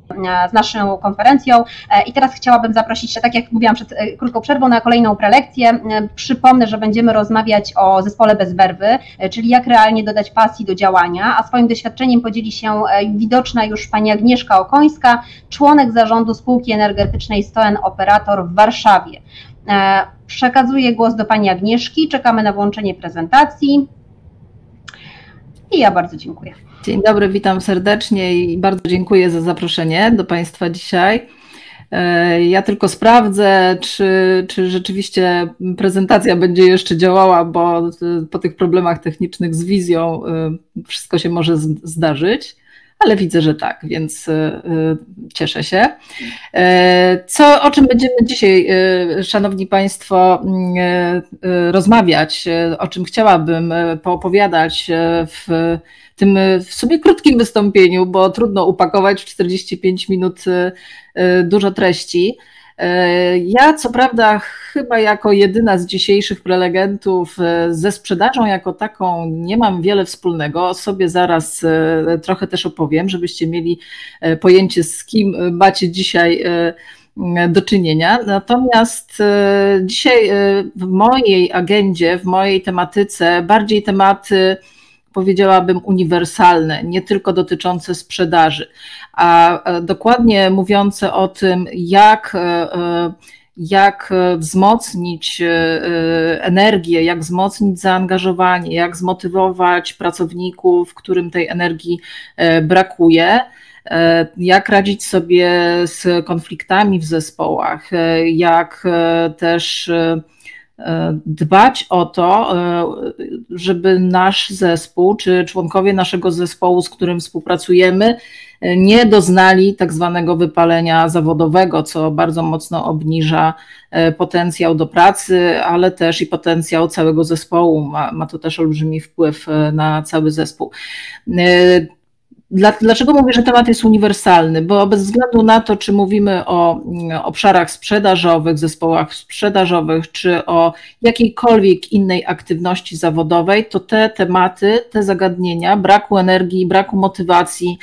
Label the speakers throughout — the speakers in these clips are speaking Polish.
Speaker 1: z naszą konferencją i teraz chciałabym zaprosić, tak jak mówiłam przed krótką przerwą, na kolejną prelekcję. Przypomnę, że będziemy rozmawiać o zespole bez werwy, czyli jak realnie dodać pasji do działania, a swoim doświadczeniem podzieli się widoczna już pani Agnieszka Okońska, członek zarządu spółki energetycznej Stoen Operator w Warszawie. Przekazuję głos do pani Agnieszki, czekamy na włączenie prezentacji i ja bardzo dziękuję.
Speaker 2: Dzień dobry, witam serdecznie i bardzo dziękuję za zaproszenie do Państwa dzisiaj. Ja tylko sprawdzę, czy rzeczywiście prezentacja będzie jeszcze działała, bo po tych problemach technicznych z wizją wszystko się może zdarzyć, ale widzę, że tak, więc cieszę się. O czym będziemy dzisiaj, Szanowni Państwo, rozmawiać, o czym chciałabym poopowiadać w tym w sumie krótkim wystąpieniu, bo trudno upakować w 45 minut dużo treści. Ja co prawda chyba jako jedyna z dzisiejszych prelegentów ze sprzedażą jako taką nie mam wiele wspólnego. O sobie zaraz trochę też opowiem, żebyście mieli pojęcie, z kim macie dzisiaj do czynienia. Natomiast dzisiaj w mojej agendzie, w mojej tematyce bardziej tematy, powiedziałabym, uniwersalne, nie tylko dotyczące sprzedaży, a dokładnie mówiące o tym, jak wzmocnić energię, jak wzmocnić zaangażowanie, jak zmotywować pracowników, którym tej energii brakuje, jak radzić sobie z konfliktami w zespołach, jak też dbać o to, żeby nasz zespół, czy członkowie naszego zespołu, z którym współpracujemy, nie doznali tak zwanego wypalenia zawodowego, co bardzo mocno obniża potencjał do pracy, ale też i potencjał całego zespołu. Ma to też olbrzymi wpływ na cały zespół. Dlaczego mówię, że temat jest uniwersalny? Bo bez względu na to, czy mówimy o obszarach sprzedażowych, zespołach sprzedażowych, czy o jakiejkolwiek innej aktywności zawodowej, to te tematy, te zagadnienia braku energii, braku motywacji,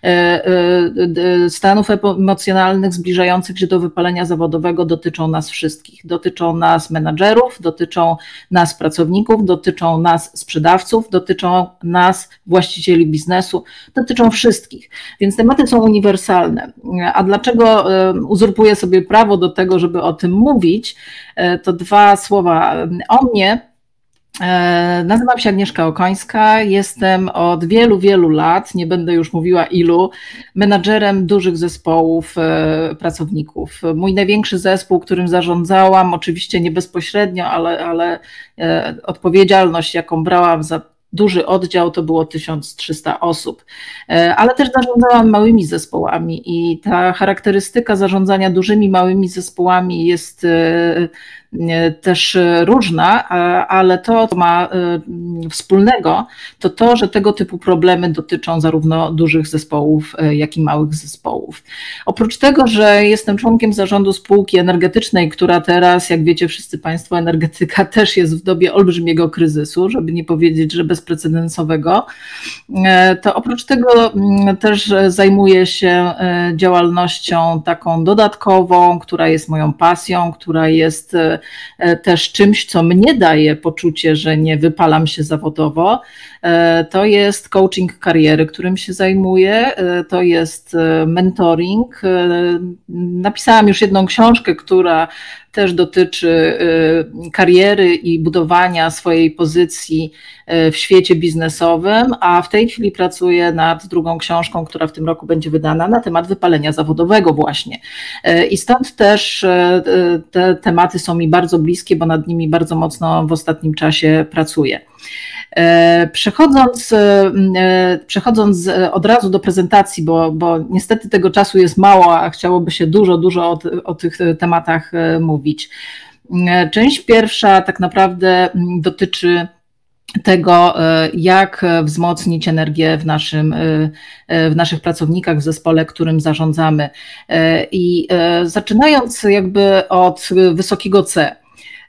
Speaker 2: stanów emocjonalnych zbliżających się do wypalenia zawodowego dotyczą nas wszystkich. Dotyczą nas menadżerów, dotyczą nas pracowników, dotyczą nas sprzedawców, dotyczą nas właścicieli biznesu, dotyczą wszystkich, więc tematy są uniwersalne. A dlaczego uzurpuję sobie prawo do tego, żeby o tym mówić? To dwa słowa o mnie. Nazywam się Agnieszka Okońska, jestem od wielu, wielu lat, nie będę już mówiła ilu, menadżerem dużych zespołów pracowników. Mój największy zespół, którym zarządzałam, oczywiście nie bezpośrednio, ale odpowiedzialność, jaką brałam za duży oddział, to było 1300 osób, ale też zarządzałam małymi zespołami i ta charakterystyka zarządzania dużymi, małymi zespołami jest też różna, ale to, co ma wspólnego, to, że tego typu problemy dotyczą zarówno dużych zespołów, jak i małych zespołów. Oprócz tego, że jestem członkiem zarządu spółki energetycznej, która teraz, jak wiecie wszyscy Państwo, energetyka też jest w dobie olbrzymiego kryzysu, żeby nie powiedzieć, że bezprecedensowego, to oprócz tego też zajmuję się działalnością taką dodatkową, która jest moją pasją, która jest też czymś, co mnie daje poczucie, że nie wypalam się zawodowo. To jest coaching kariery, którym się zajmuję, to jest mentoring. Napisałam już jedną książkę, która też dotyczy kariery i budowania swojej pozycji w świecie biznesowym, a w tej chwili pracuję nad drugą książką, która w tym roku będzie wydana na temat wypalenia zawodowego właśnie. I stąd też te tematy są mi bardzo bliskie, bo nad nimi bardzo mocno w ostatnim czasie pracuję. Przechodząc od razu do prezentacji, bo niestety tego czasu jest mało, a chciałoby się dużo o tych tematach mówić. Część pierwsza tak naprawdę dotyczy tego, jak wzmocnić energię w naszych pracownikach, w zespole, którym zarządzamy. I zaczynając jakby od wysokiego C.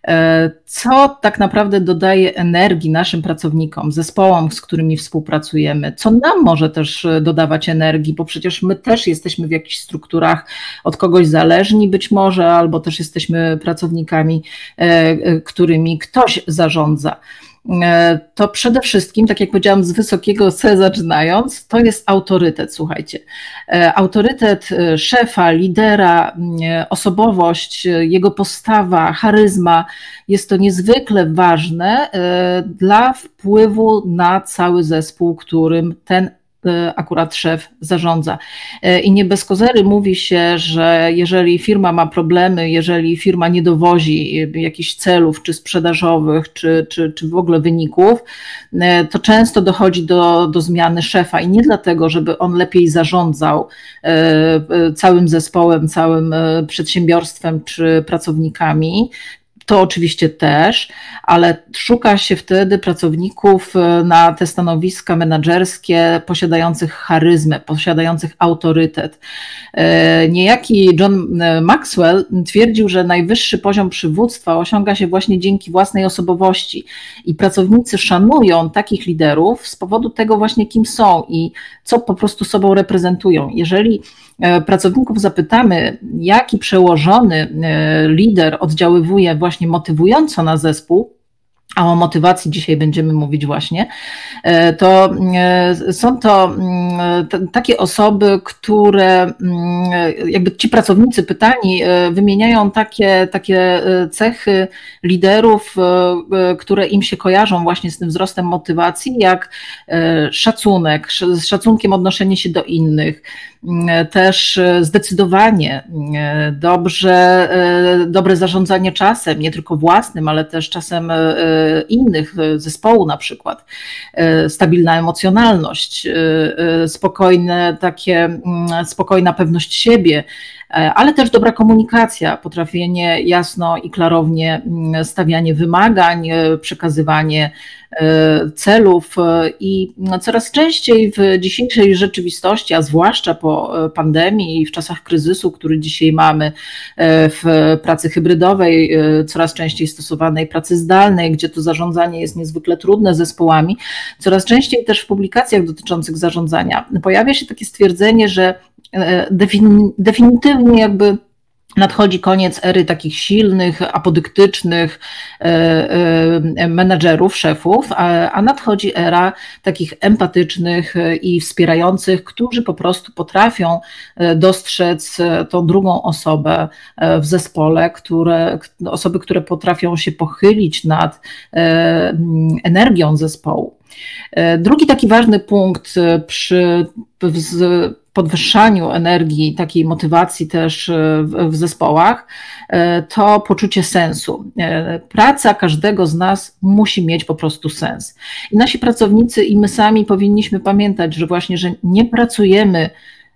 Speaker 2: Co tak naprawdę dodaje energii naszym pracownikom, zespołom, z którymi współpracujemy, co nam może też dodawać energii, bo przecież my też jesteśmy w jakichś strukturach od kogoś zależni być może, albo też jesteśmy pracownikami, którymi ktoś zarządza. To przede wszystkim, tak jak powiedziałam, z wysokiego C zaczynając, to jest autorytet, słuchajcie. Autorytet szefa, lidera, osobowość, jego postawa, charyzma, jest to niezwykle ważne dla wpływu na cały zespół, którym ten akurat szef zarządza. I nie bez kozery mówi się, że jeżeli firma ma problemy, jeżeli firma nie dowozi jakichś celów, czy sprzedażowych, czy w ogóle wyników, to często dochodzi do zmiany szefa i nie dlatego, żeby on lepiej zarządzał całym zespołem, całym przedsiębiorstwem, czy pracownikami. To oczywiście też, ale szuka się wtedy pracowników na te stanowiska menedżerskie posiadających charyzmę, posiadających autorytet. Niejaki John Maxwell twierdził, że najwyższy poziom przywództwa osiąga się właśnie dzięki własnej osobowości i pracownicy szanują takich liderów z powodu tego właśnie, kim są i co po prostu sobą reprezentują. Jeżeli pracowników zapytamy, jaki przełożony lider oddziaływuje właśnie motywująco na zespół, a o motywacji dzisiaj będziemy mówić właśnie, to są to takie osoby, które jakby ci pracownicy pytani wymieniają takie cechy liderów, które im się kojarzą właśnie z tym wzrostem motywacji, jak szacunek, z szacunkiem odnoszenie się do innych, też zdecydowanie dobre zarządzanie czasem, nie tylko własnym, ale też czasem innych, zespołu na przykład, stabilna emocjonalność, spokojna pewność siebie, ale też dobra komunikacja, potrafienie jasno i klarownie stawianie wymagań, przekazywanie celów i coraz częściej w dzisiejszej rzeczywistości, a zwłaszcza po pandemii i w czasach kryzysu, który dzisiaj mamy, w pracy hybrydowej, coraz częściej stosowanej pracy zdalnej, gdzie to zarządzanie jest niezwykle trudne zespołami, coraz częściej też w publikacjach dotyczących zarządzania pojawia się takie stwierdzenie, że definitywnie jakby nadchodzi koniec ery takich silnych, apodyktycznych menedżerów, szefów, a nadchodzi era takich empatycznych i wspierających, którzy po prostu potrafią dostrzec tą drugą osobę w zespole, osoby, które potrafią się pochylić nad energią zespołu. Drugi taki ważny punkt przy podwyższaniu energii, takiej motywacji też w zespołach, to poczucie sensu. Praca każdego z nas musi mieć po prostu sens. I nasi pracownicy i my sami powinniśmy pamiętać, że właśnie, że nie pracujemy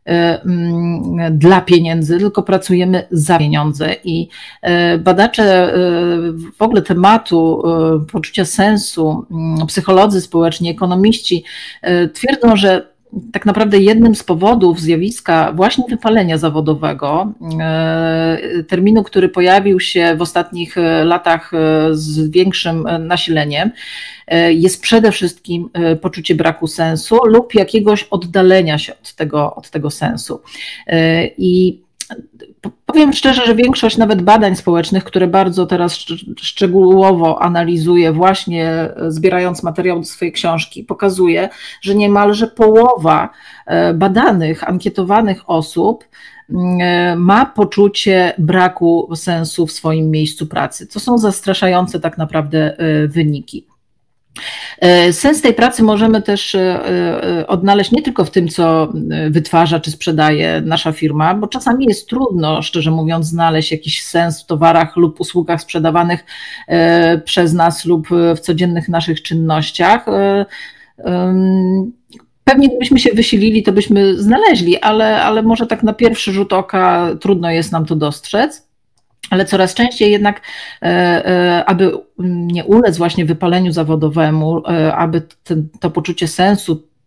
Speaker 2: dla pieniędzy, tylko pracujemy za pieniądze i badacze w ogóle tematu poczucia sensu, psycholodzy społeczni, ekonomiści twierdzą, że tak naprawdę jednym z powodów zjawiska właśnie wypalenia zawodowego, terminu, który pojawił się w ostatnich latach z większym nasileniem, jest przede wszystkim poczucie braku sensu lub jakiegoś oddalenia się od tego sensu. I powiem szczerze, że większość nawet badań społecznych, które bardzo teraz szczegółowo analizuje, właśnie zbierając materiał do swojej książki, pokazuje, że niemalże połowa badanych, ankietowanych osób ma poczucie braku sensu w swoim miejscu pracy. To są zastraszające tak naprawdę wyniki. Sens tej pracy możemy też odnaleźć nie tylko w tym, co wytwarza czy sprzedaje nasza firma, bo czasami jest trudno, szczerze mówiąc, znaleźć jakiś sens w towarach lub usługach sprzedawanych przez nas lub w codziennych naszych czynnościach. Pewnie gdybyśmy się wysilili, to byśmy znaleźli, ale może tak na pierwszy rzut oka trudno jest nam to dostrzec. Ale coraz częściej jednak, aby nie ulec właśnie wypaleniu zawodowemu, aby to poczucie sensu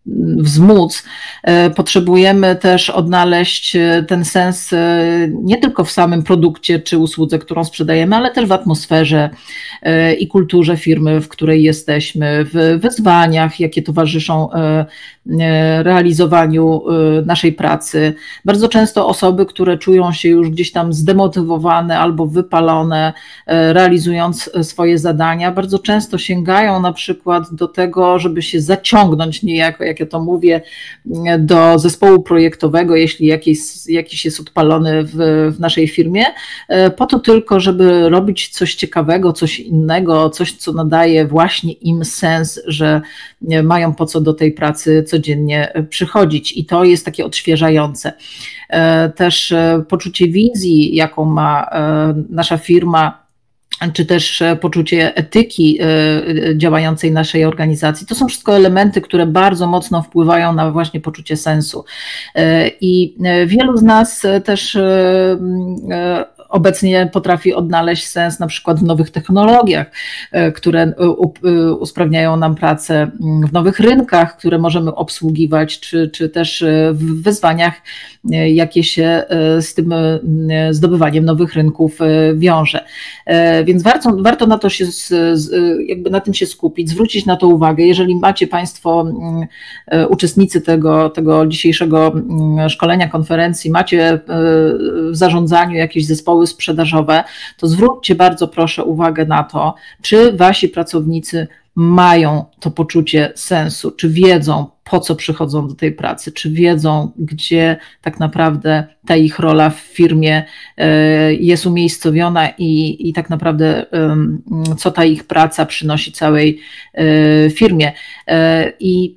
Speaker 2: wzmóc, potrzebujemy też odnaleźć ten sens nie tylko w samym produkcie czy usłudze, którą sprzedajemy, ale też w atmosferze i kulturze firmy, w której jesteśmy, w wyzwaniach, jakie towarzyszą realizowaniu naszej pracy. Bardzo często osoby, które czują się już gdzieś tam zdemotywowane albo wypalone, realizując swoje zadania, bardzo często sięgają na przykład do tego, żeby się zaciągnąć niejako, jak ja to mówię, do zespołu projektowego, jeśli jakiś jest odpalony w naszej firmie, po to tylko, żeby robić coś ciekawego, coś innego, coś, co nadaje właśnie im sens, że mają po co do tej pracy codziennie przychodzić i to jest takie odświeżające. Też poczucie wizji, jaką ma nasza firma, czy też poczucie etyki działającej naszej organizacji. To są wszystko elementy, które bardzo mocno wpływają na właśnie poczucie sensu. I wielu z nas też obecnie potrafi odnaleźć sens na przykład w nowych technologiach, które usprawniają nam pracę, w nowych rynkach, które możemy obsługiwać, czy też w wyzwaniach, jakie się z tym zdobywaniem nowych rynków wiąże. Więc warto na to jakby na tym się skupić, zwrócić na to uwagę. Jeżeli macie Państwo, uczestnicy tego dzisiejszego szkolenia, konferencji, macie w zarządzaniu jakieś zespoły sprzedażowe, to zwróćcie bardzo proszę uwagę na to, czy Wasi pracownicy mają to poczucie sensu, czy wiedzą, po co przychodzą do tej pracy, czy wiedzą, gdzie tak naprawdę ta ich rola w firmie jest umiejscowiona i tak naprawdę co ta ich praca przynosi całej firmie. I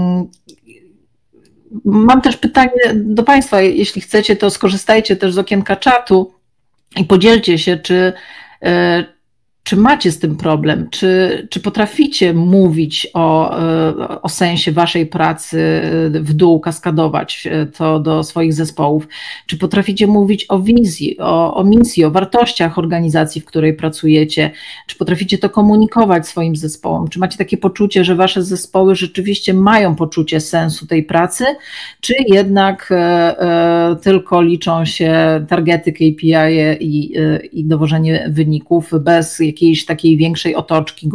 Speaker 2: mam też pytanie do Państwa, jeśli chcecie, to skorzystajcie też z okienka czatu i podzielcie się, czy macie z tym problem, czy potraficie mówić o sensie waszej pracy w dół, kaskadować to do swoich zespołów, czy potraficie mówić o wizji, o misji, o wartościach organizacji, w której pracujecie, czy potraficie to komunikować swoim zespołom, czy macie takie poczucie, że wasze zespoły rzeczywiście mają poczucie sensu tej pracy, czy jednak tylko liczą się targety, KPI i dowożenie wyników bez jakiejś takiej większej otoczki,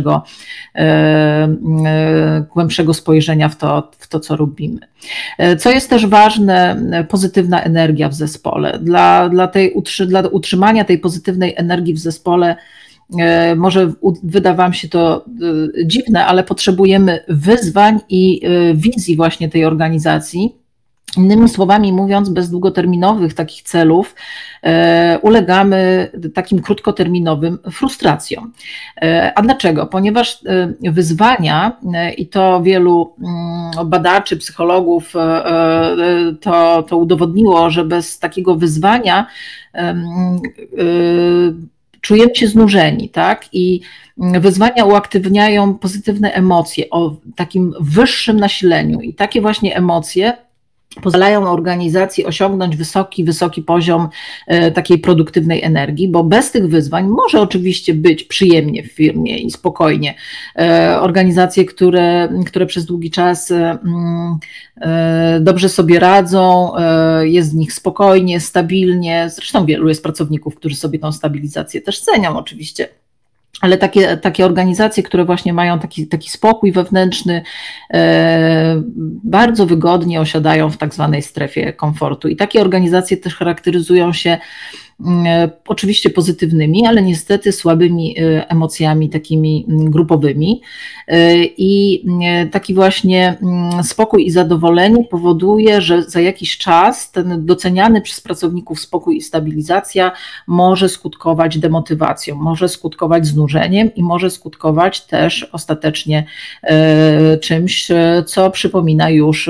Speaker 2: głębszego spojrzenia w to, co robimy. Co jest też ważne, pozytywna energia w zespole. Dla utrzymania tej pozytywnej energii w zespole, może wyda Wam się to dziwne, ale potrzebujemy wyzwań i wizji właśnie tej organizacji. Innymi słowami mówiąc, bez długoterminowych takich celów ulegamy takim krótkoterminowym frustracjom. A dlaczego? Ponieważ wyzwania, i to wielu badaczy, psychologów to udowodniło, że bez takiego wyzwania czujemy się znużeni, tak? I wyzwania uaktywniają pozytywne emocje o takim wyższym nasileniu i takie właśnie emocje pozwalają organizacji osiągnąć wysoki poziom takiej produktywnej energii, bo bez tych wyzwań może oczywiście być przyjemnie w firmie i spokojnie. Organizacje, które przez długi czas dobrze sobie radzą, jest w nich spokojnie, stabilnie, zresztą wielu jest pracowników, którzy sobie tą stabilizację też cenią oczywiście. Ale takie organizacje, które właśnie mają taki spokój wewnętrzny, bardzo wygodnie osiadają w tak zwanej strefie komfortu. I takie organizacje też charakteryzują się oczywiście pozytywnymi, ale niestety słabymi emocjami takimi grupowymi. I taki właśnie spokój i zadowolenie powoduje, że za jakiś czas ten doceniany przez pracowników spokój i stabilizacja może skutkować demotywacją, może skutkować znużeniem i może skutkować też ostatecznie czymś, co przypomina już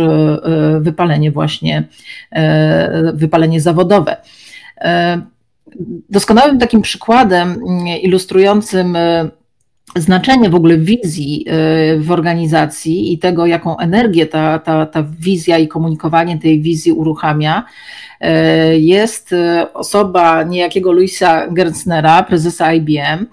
Speaker 2: wypalenie zawodowe. Doskonałym takim przykładem ilustrującym znaczenie w ogóle wizji w organizacji i tego, jaką energię ta wizja i komunikowanie tej wizji uruchamia, jest osoba niejakiego Louisa Gerstnera, prezesa IBM.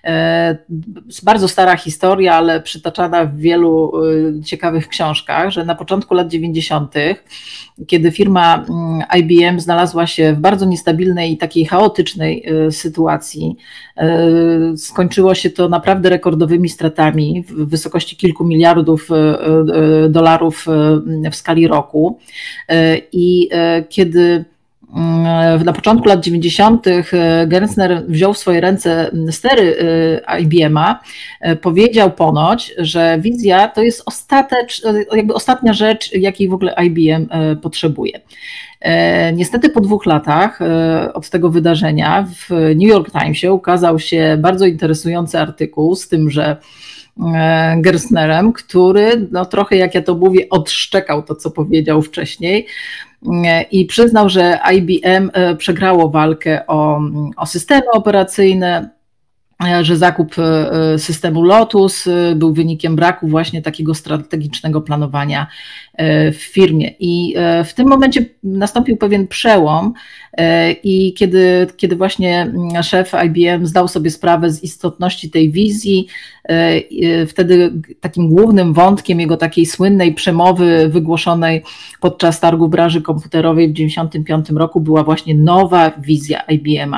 Speaker 2: Bardzo stara historia, ale przytaczana w wielu ciekawych książkach, że na początku lat 90., kiedy firma IBM znalazła się w bardzo niestabilnej i takiej chaotycznej sytuacji, skończyło się to naprawdę rekordowymi stratami w wysokości kilku miliardów dolarów w skali roku. I kiedy na początku lat 90. Gerstner wziął w swoje ręce stery IBM-a, powiedział ponoć, że wizja to jest ostatnia rzecz, jakiej w ogóle IBM potrzebuje. Niestety po 2 latach od tego wydarzenia w New York Timesie ukazał się bardzo interesujący artykuł z tymże Gerstnerem, który trochę, jak ja to mówię, odszczekał to, co powiedział wcześniej i przyznał, że IBM przegrało walkę o systemy operacyjne, że zakup systemu Lotus był wynikiem braku właśnie takiego strategicznego planowania w firmie. I w tym momencie nastąpił pewien przełom i kiedy właśnie szef IBM zdał sobie sprawę z istotności tej wizji, wtedy takim głównym wątkiem jego takiej słynnej przemowy wygłoszonej podczas targu branży komputerowej w 1995 roku była właśnie nowa wizja IBM-a.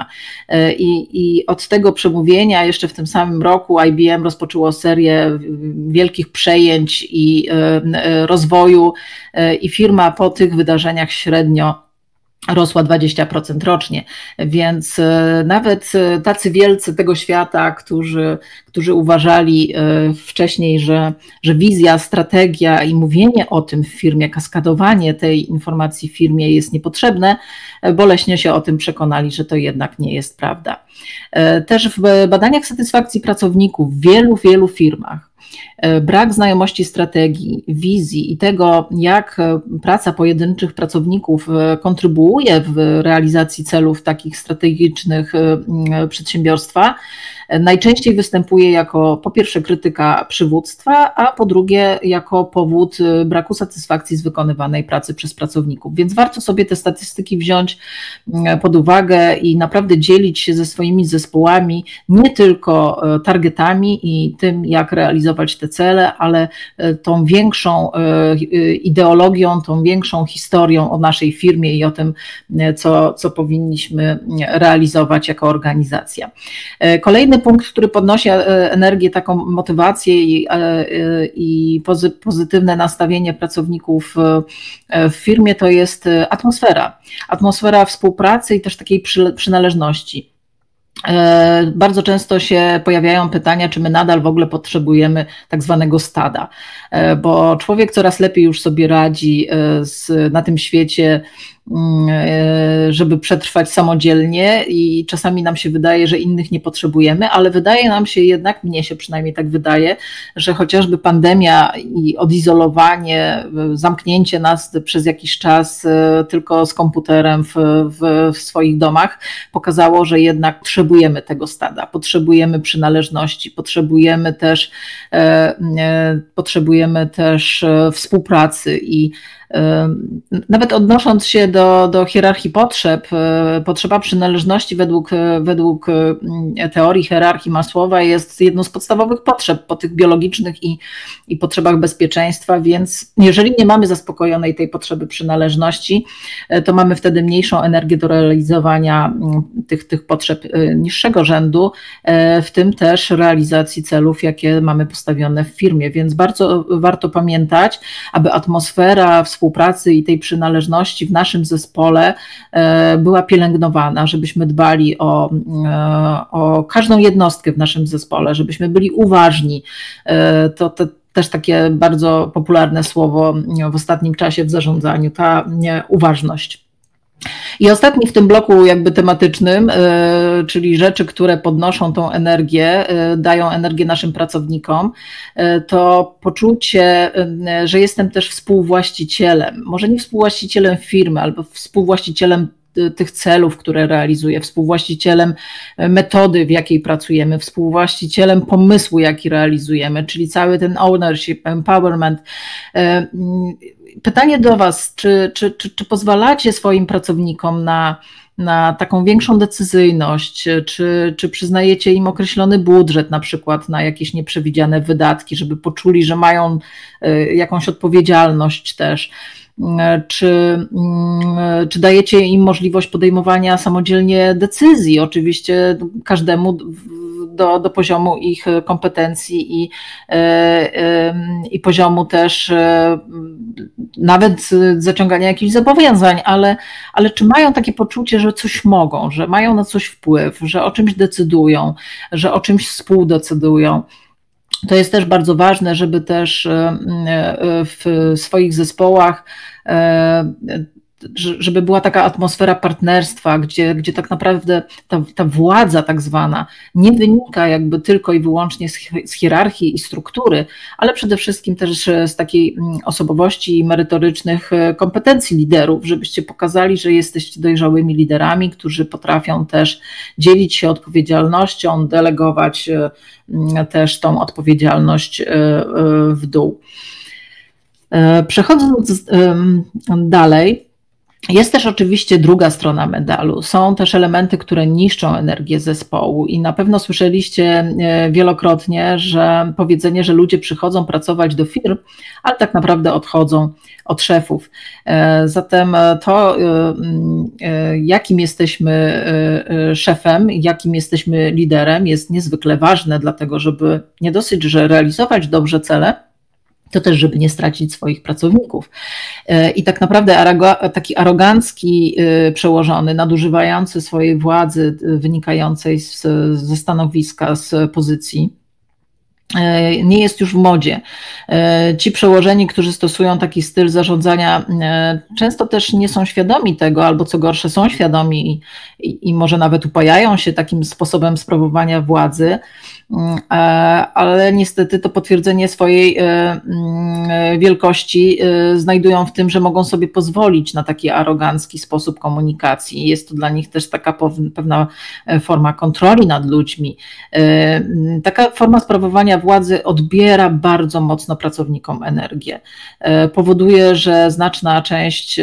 Speaker 2: I od tego przemówienia jeszcze w tym samym roku IBM rozpoczęło serię wielkich przejęć i rozwoju i firma po tych wydarzeniach średnio rosła 20% rocznie, więc nawet tacy wielcy tego świata, którzy uważali wcześniej, że wizja, strategia i mówienie o tym w firmie, kaskadowanie tej informacji w firmie jest niepotrzebne, boleśnie się o tym przekonali, że to jednak nie jest prawda. Też w badaniach satysfakcji pracowników w wielu firmach brak znajomości strategii, wizji i tego, jak praca pojedynczych pracowników kontrybuuje w realizacji celów takich strategicznych przedsiębiorstwa, najczęściej występuje jako po pierwsze krytyka przywództwa, a po drugie jako powód braku satysfakcji z wykonywanej pracy przez pracowników. Więc warto sobie te statystyki wziąć pod uwagę i naprawdę dzielić się ze swoimi zespołami nie tylko targetami i tym, jak realizować te cele, ale tą większą ideologią, tą większą historią o naszej firmie i o tym, co powinniśmy realizować jako organizacja. Kolejny punkt, który podnosi energię, taką motywację i pozytywne nastawienie pracowników w firmie, to jest atmosfera. Atmosfera współpracy i też takiej przynależności. Bardzo często się pojawiają pytania, czy my nadal w ogóle potrzebujemy tak zwanego stada, bo człowiek coraz lepiej już sobie radzi na tym świecie, żeby przetrwać samodzielnie i czasami nam się wydaje, że innych nie potrzebujemy, ale wydaje nam się jednak, mnie się przynajmniej tak wydaje, że chociażby pandemia i odizolowanie, zamknięcie nas przez jakiś czas tylko z komputerem w swoich domach pokazało, że jednak potrzebujemy tego stada, potrzebujemy przynależności, potrzebujemy też współpracy i nawet odnosząc się do hierarchii potrzeb, potrzeba przynależności według teorii hierarchii Masłowa jest jedną z podstawowych potrzeb po tych biologicznych i potrzebach bezpieczeństwa, więc jeżeli nie mamy zaspokojonej tej potrzeby przynależności, to mamy wtedy mniejszą energię do realizowania tych potrzeb niższego rzędu, w tym też realizacji celów, jakie mamy postawione w firmie, więc bardzo warto pamiętać, aby atmosfera współpracy i tej przynależności w naszym zespole była pielęgnowana, żebyśmy dbali o każdą jednostkę w naszym zespole, żebyśmy byli uważni. To też takie bardzo popularne słowo w ostatnim czasie w zarządzaniu, ta uważność. I ostatni w tym bloku jakby tematycznym, czyli rzeczy, które podnoszą tą energię, dają energię naszym pracownikom, to poczucie, że jestem też współwłaścicielem, może nie współwłaścicielem firmy, albo współwłaścicielem tych celów, które realizuję, współwłaścicielem metody, w jakiej pracujemy, współwłaścicielem pomysłu, jaki realizujemy, czyli cały ten ownership, empowerment. Pytanie do Was, czy pozwalacie swoim pracownikom na taką większą decyzyjność, czy przyznajecie im określony budżet na przykład na jakieś nieprzewidziane wydatki, żeby poczuli, że mają jakąś odpowiedzialność też, czy dajecie im możliwość podejmowania samodzielnie decyzji, oczywiście każdemu do poziomu ich kompetencji i poziomu też nawet zaciągania jakichś zobowiązań, ale czy mają takie poczucie, że coś mogą, że mają na coś wpływ, że o czymś decydują, że o czymś współdecydują. To jest też bardzo ważne, żeby też w swoich zespołach żeby była taka atmosfera partnerstwa, gdzie tak naprawdę ta władza tak zwana nie wynika jakby tylko i wyłącznie z hierarchii i struktury, ale przede wszystkim też z takiej osobowości i merytorycznych kompetencji liderów, żebyście pokazali, że jesteście dojrzałymi liderami, którzy potrafią też dzielić się odpowiedzialnością, delegować też tą odpowiedzialność w dół. Przechodząc dalej, jest też oczywiście druga strona medalu. Są też elementy, które niszczą energię zespołu i na pewno słyszeliście wielokrotnie, że powiedzenie, że ludzie przychodzą pracować do firm, ale tak naprawdę odchodzą od szefów. Zatem to, jakim jesteśmy szefem, jakim jesteśmy liderem, jest niezwykle ważne, dlatego żeby nie dosyć, że realizować dobrze cele, to też, żeby nie stracić swoich pracowników. I tak naprawdę taki arogancki przełożony, nadużywający swojej władzy wynikającej ze stanowiska, z pozycji, nie jest już w modzie. Ci przełożeni, którzy stosują taki styl zarządzania, często też nie są świadomi tego, albo co gorsze, są świadomi i może nawet upajają się takim sposobem sprawowania władzy, ale niestety to potwierdzenie swojej wielkości znajdują w tym, że mogą sobie pozwolić na taki arogancki sposób komunikacji. Jest to dla nich też taka pewna forma kontroli nad ludźmi. Taka forma sprawowania władzy odbiera bardzo mocno pracownikom energię. Powoduje, że znaczna część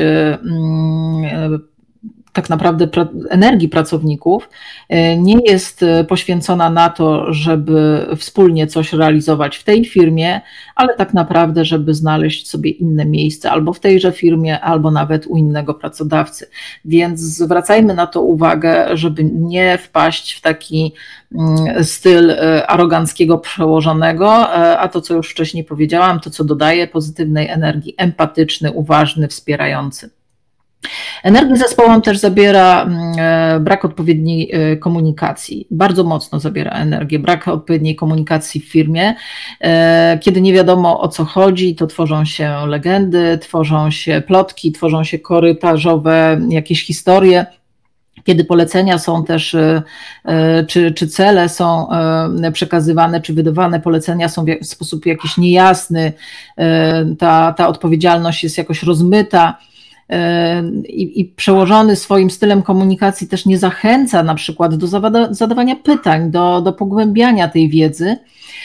Speaker 2: tak naprawdę energii pracowników nie jest poświęcona na to, żeby wspólnie coś realizować w tej firmie, ale tak naprawdę, żeby znaleźć sobie inne miejsce albo w tejże firmie, albo nawet u innego pracodawcy. Więc zwracajmy na to uwagę, żeby nie wpaść w taki styl aroganckiego przełożonego, a to, co już wcześniej powiedziałam, to, co dodaje pozytywnej energii, empatyczny, uważny, wspierający. Energię zespołom też zabiera brak odpowiedniej komunikacji, bardzo mocno zabiera energię, brak odpowiedniej komunikacji w firmie. Kiedy nie wiadomo, o co chodzi, to tworzą się legendy, tworzą się plotki, tworzą się korytarzowe jakieś historie. Kiedy polecenia są też, czy cele są przekazywane, czy wydawane polecenia są w sposób jakiś niejasny, ta odpowiedzialność jest jakoś rozmyta, i przełożony swoim stylem komunikacji też nie zachęca na przykład do zadawania pytań, do pogłębiania tej wiedzy,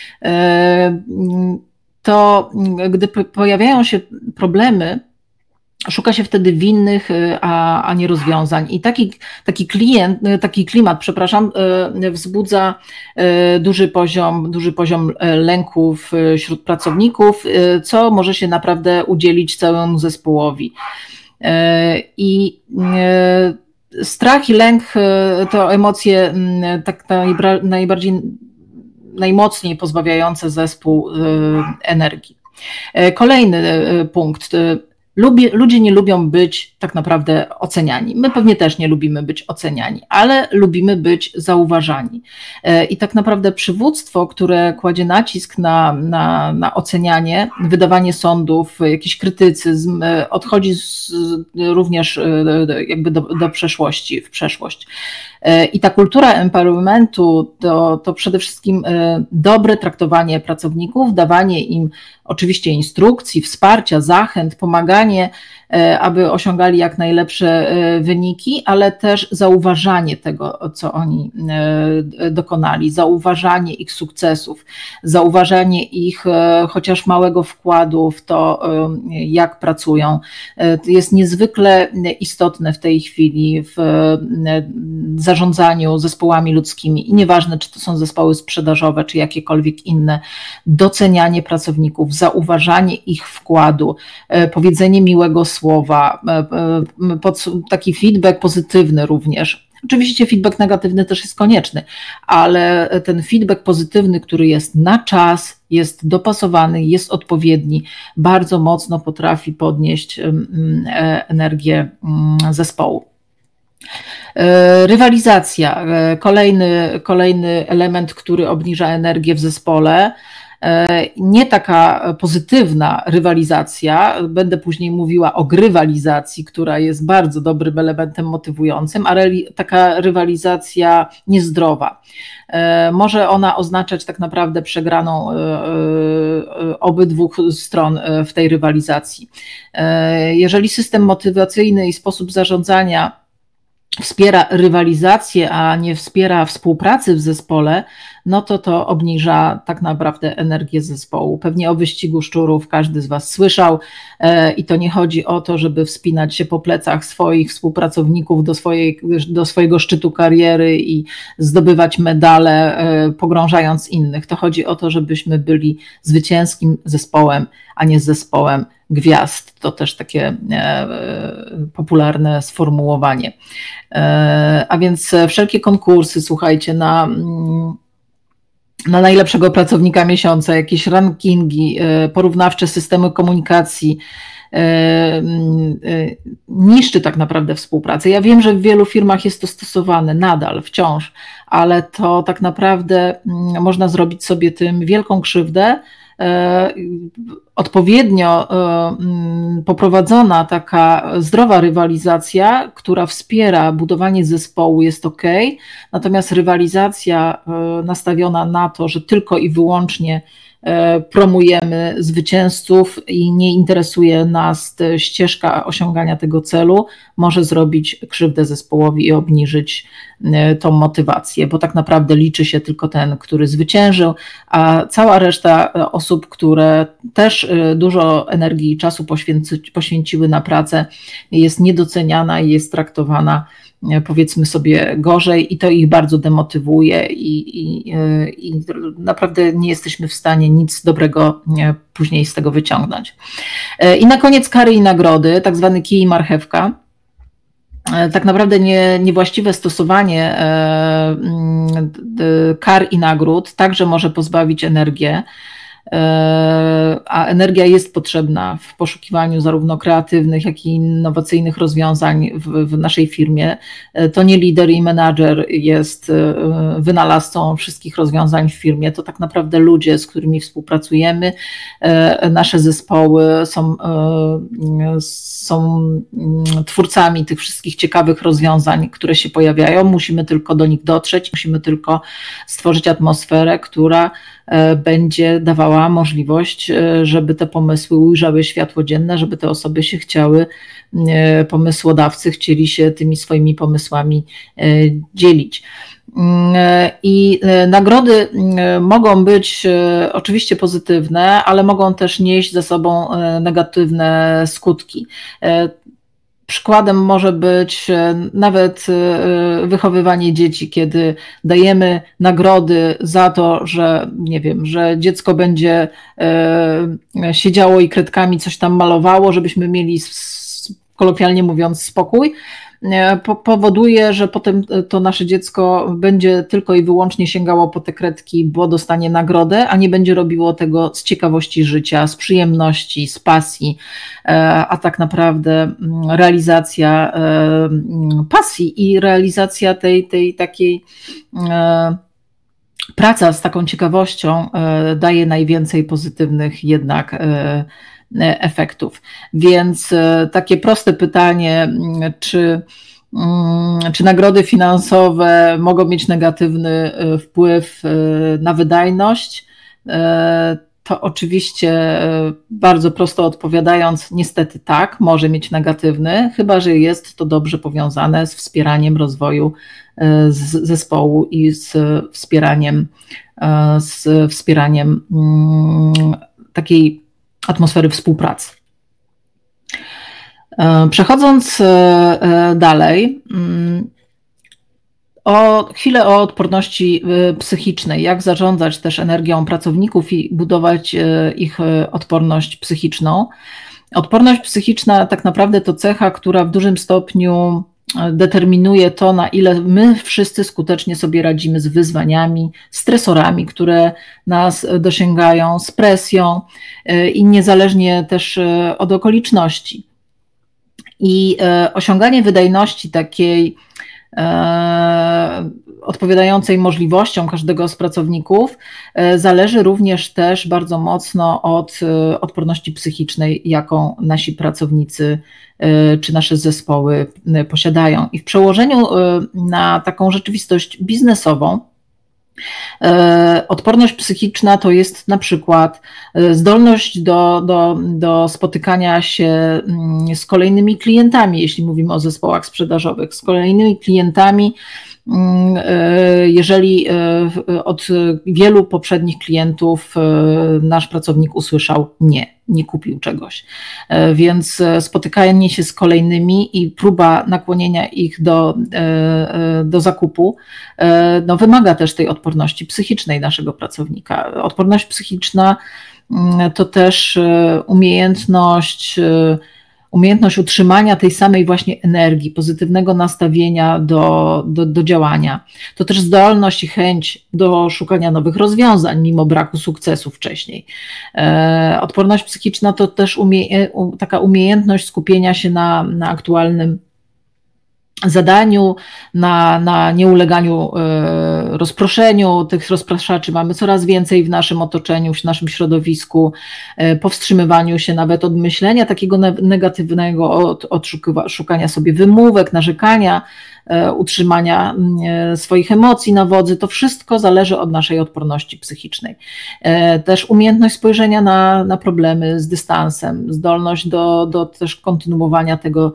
Speaker 2: to gdy pojawiają się problemy, szuka się wtedy winnych, a nie rozwiązań. I taki klimat, wzbudza duży poziom lęków wśród pracowników, co może się naprawdę udzielić całemu zespołowi. I strach i lęk to emocje tak najmocniej pozbawiające zespół energii. Kolejny punkt. Ludzie nie lubią być tak naprawdę oceniani. My pewnie też nie lubimy być oceniani, ale lubimy być zauważani. I tak naprawdę przywództwo, które kładzie nacisk na ocenianie, wydawanie sądów, jakiś krytycyzm, odchodzi również jakby do przeszłości, w przeszłość. I ta kultura empowermentu to przede wszystkim dobre traktowanie pracowników, dawanie im oczywiście instrukcji, wsparcia, zachęt, pomaganie aby osiągali jak najlepsze wyniki, ale też zauważanie tego, co oni dokonali, zauważanie ich sukcesów, zauważanie ich chociaż małego wkładu w to, jak pracują. Jest niezwykle istotne w tej chwili w zarządzaniu zespołami ludzkimi i nieważne, czy to są zespoły sprzedażowe, czy jakiekolwiek inne, docenianie pracowników, zauważanie ich wkładu, powiedzenie miłego słowa, taki feedback pozytywny również. Oczywiście feedback negatywny też jest konieczny, ale ten feedback pozytywny, który jest na czas, jest dopasowany, jest odpowiedni, bardzo mocno potrafi podnieść energię zespołu. Rywalizacja, kolejny element, który obniża energię w zespole. Nie taka pozytywna rywalizacja, będę później mówiła o grywalizacji, która jest bardzo dobrym elementem motywującym, ale taka rywalizacja niezdrowa. Może ona oznaczać tak naprawdę przegraną obydwu stron w tej rywalizacji. Jeżeli system motywacyjny i sposób zarządzania wspiera rywalizację, a nie wspiera współpracy w zespole, no to obniża tak naprawdę energię zespołu. Pewnie o wyścigu szczurów każdy z Was słyszał i to nie chodzi o to, żeby wspinać się po plecach swoich współpracowników do swojego szczytu kariery i zdobywać medale, pogrążając innych. To chodzi o to, żebyśmy byli zwycięskim zespołem, a nie zespołem gwiazd. To też takie popularne sformułowanie. A więc wszelkie konkursy, słuchajcie, na najlepszego pracownika miesiąca, jakieś rankingi, porównawcze systemy komunikacji, niszczy tak naprawdę współpracę. Ja wiem, że w wielu firmach jest to stosowane nadal, wciąż, ale to tak naprawdę można zrobić sobie tym wielką krzywdę. Odpowiednio poprowadzona taka zdrowa rywalizacja, która wspiera budowanie zespołu, jest ok, natomiast rywalizacja nastawiona na to, że tylko i wyłącznie promujemy zwycięzców i nie interesuje nas ścieżka osiągania tego celu, może zrobić krzywdę zespołowi i obniżyć tą motywację, bo tak naprawdę liczy się tylko ten, który zwyciężył, a cała reszta osób, które też dużo energii i czasu poświęciły na pracę, jest niedoceniana i jest traktowana, powiedzmy sobie, gorzej i to ich bardzo demotywuje i naprawdę nie jesteśmy w stanie nic dobrego później z tego wyciągnąć. I na koniec kary i nagrody, tak zwany kij i marchewka. Tak naprawdę niewłaściwe stosowanie kar i nagród także może pozbawić energię, a energia jest potrzebna w poszukiwaniu zarówno kreatywnych, jak i innowacyjnych rozwiązań w naszej firmie. To nie lider i menadżer jest wynalazcą wszystkich rozwiązań w firmie, to tak naprawdę ludzie, z którymi współpracujemy, nasze zespoły są twórcami tych wszystkich ciekawych rozwiązań, które się pojawiają. Musimy tylko do nich dotrzeć, musimy tylko stworzyć atmosferę, która będzie dawała możliwość, żeby te pomysły ujrzały światło dzienne, żeby te osoby się chciały, pomysłodawcy chcieli się tymi swoimi pomysłami dzielić. I nagrody mogą być oczywiście pozytywne, ale mogą też nieść za sobą negatywne skutki. Przykładem może być nawet wychowywanie dzieci, kiedy dajemy nagrody za to, że nie wiem, że dziecko będzie siedziało i kredkami coś tam malowało, żebyśmy mieli, kolokwialnie mówiąc, spokój. Powoduje, że potem to nasze dziecko będzie tylko i wyłącznie sięgało po te kredki, bo dostanie nagrodę, a nie będzie robiło tego z ciekawości życia, z przyjemności, z pasji, a tak naprawdę realizacja pasji i realizacja tej takiej praca z taką ciekawością daje najwięcej pozytywnych jednak efektów. Więc takie proste pytanie, czy nagrody finansowe mogą mieć negatywny wpływ na wydajność? To oczywiście bardzo prosto odpowiadając, niestety tak, może mieć negatywny, chyba że jest to dobrze powiązane z wspieraniem rozwoju zespołu i z wspieraniem takiej atmosfery współpracy. Przechodząc dalej, chwilę o odporności psychicznej, jak zarządzać też energią pracowników i budować ich odporność psychiczną. Odporność psychiczna tak naprawdę to cecha, która w dużym stopniu determinuje to, na ile my wszyscy skutecznie sobie radzimy z wyzwaniami, stresorami, które nas dosięgają, z presją i niezależnie też od okoliczności. I osiąganie wydajności takiej odpowiadającej możliwościom każdego z pracowników zależy również też bardzo mocno od odporności psychicznej, jaką nasi pracownicy czy nasze zespoły posiadają. I w przełożeniu na taką rzeczywistość biznesową, odporność psychiczna to jest na przykład zdolność do spotykania się z kolejnymi klientami, jeśli mówimy o zespołach sprzedażowych, z kolejnymi klientami, jeżeli od wielu poprzednich klientów nasz pracownik usłyszał nie kupił czegoś. Więc spotykanie się z kolejnymi i próba nakłonienia ich do zakupu wymaga też tej odporności psychicznej naszego pracownika. Odporność psychiczna to też umiejętność utrzymania tej samej właśnie energii, pozytywnego nastawienia do działania. To też zdolność i chęć do szukania nowych rozwiązań, mimo braku sukcesu wcześniej. Odporność psychiczna to też taka umiejętność skupienia się na aktualnym zadaniu, na nieuleganiu rozproszeniu. Tych rozpraszaczy mamy coraz więcej w naszym otoczeniu, w naszym środowisku, powstrzymywaniu się nawet od myślenia takiego negatywnego, od szukania sobie wymówek, narzekania, utrzymania swoich emocji na wodzy. To wszystko zależy od naszej odporności psychicznej. Też umiejętność spojrzenia na problemy z dystansem, zdolność do też kontynuowania tego,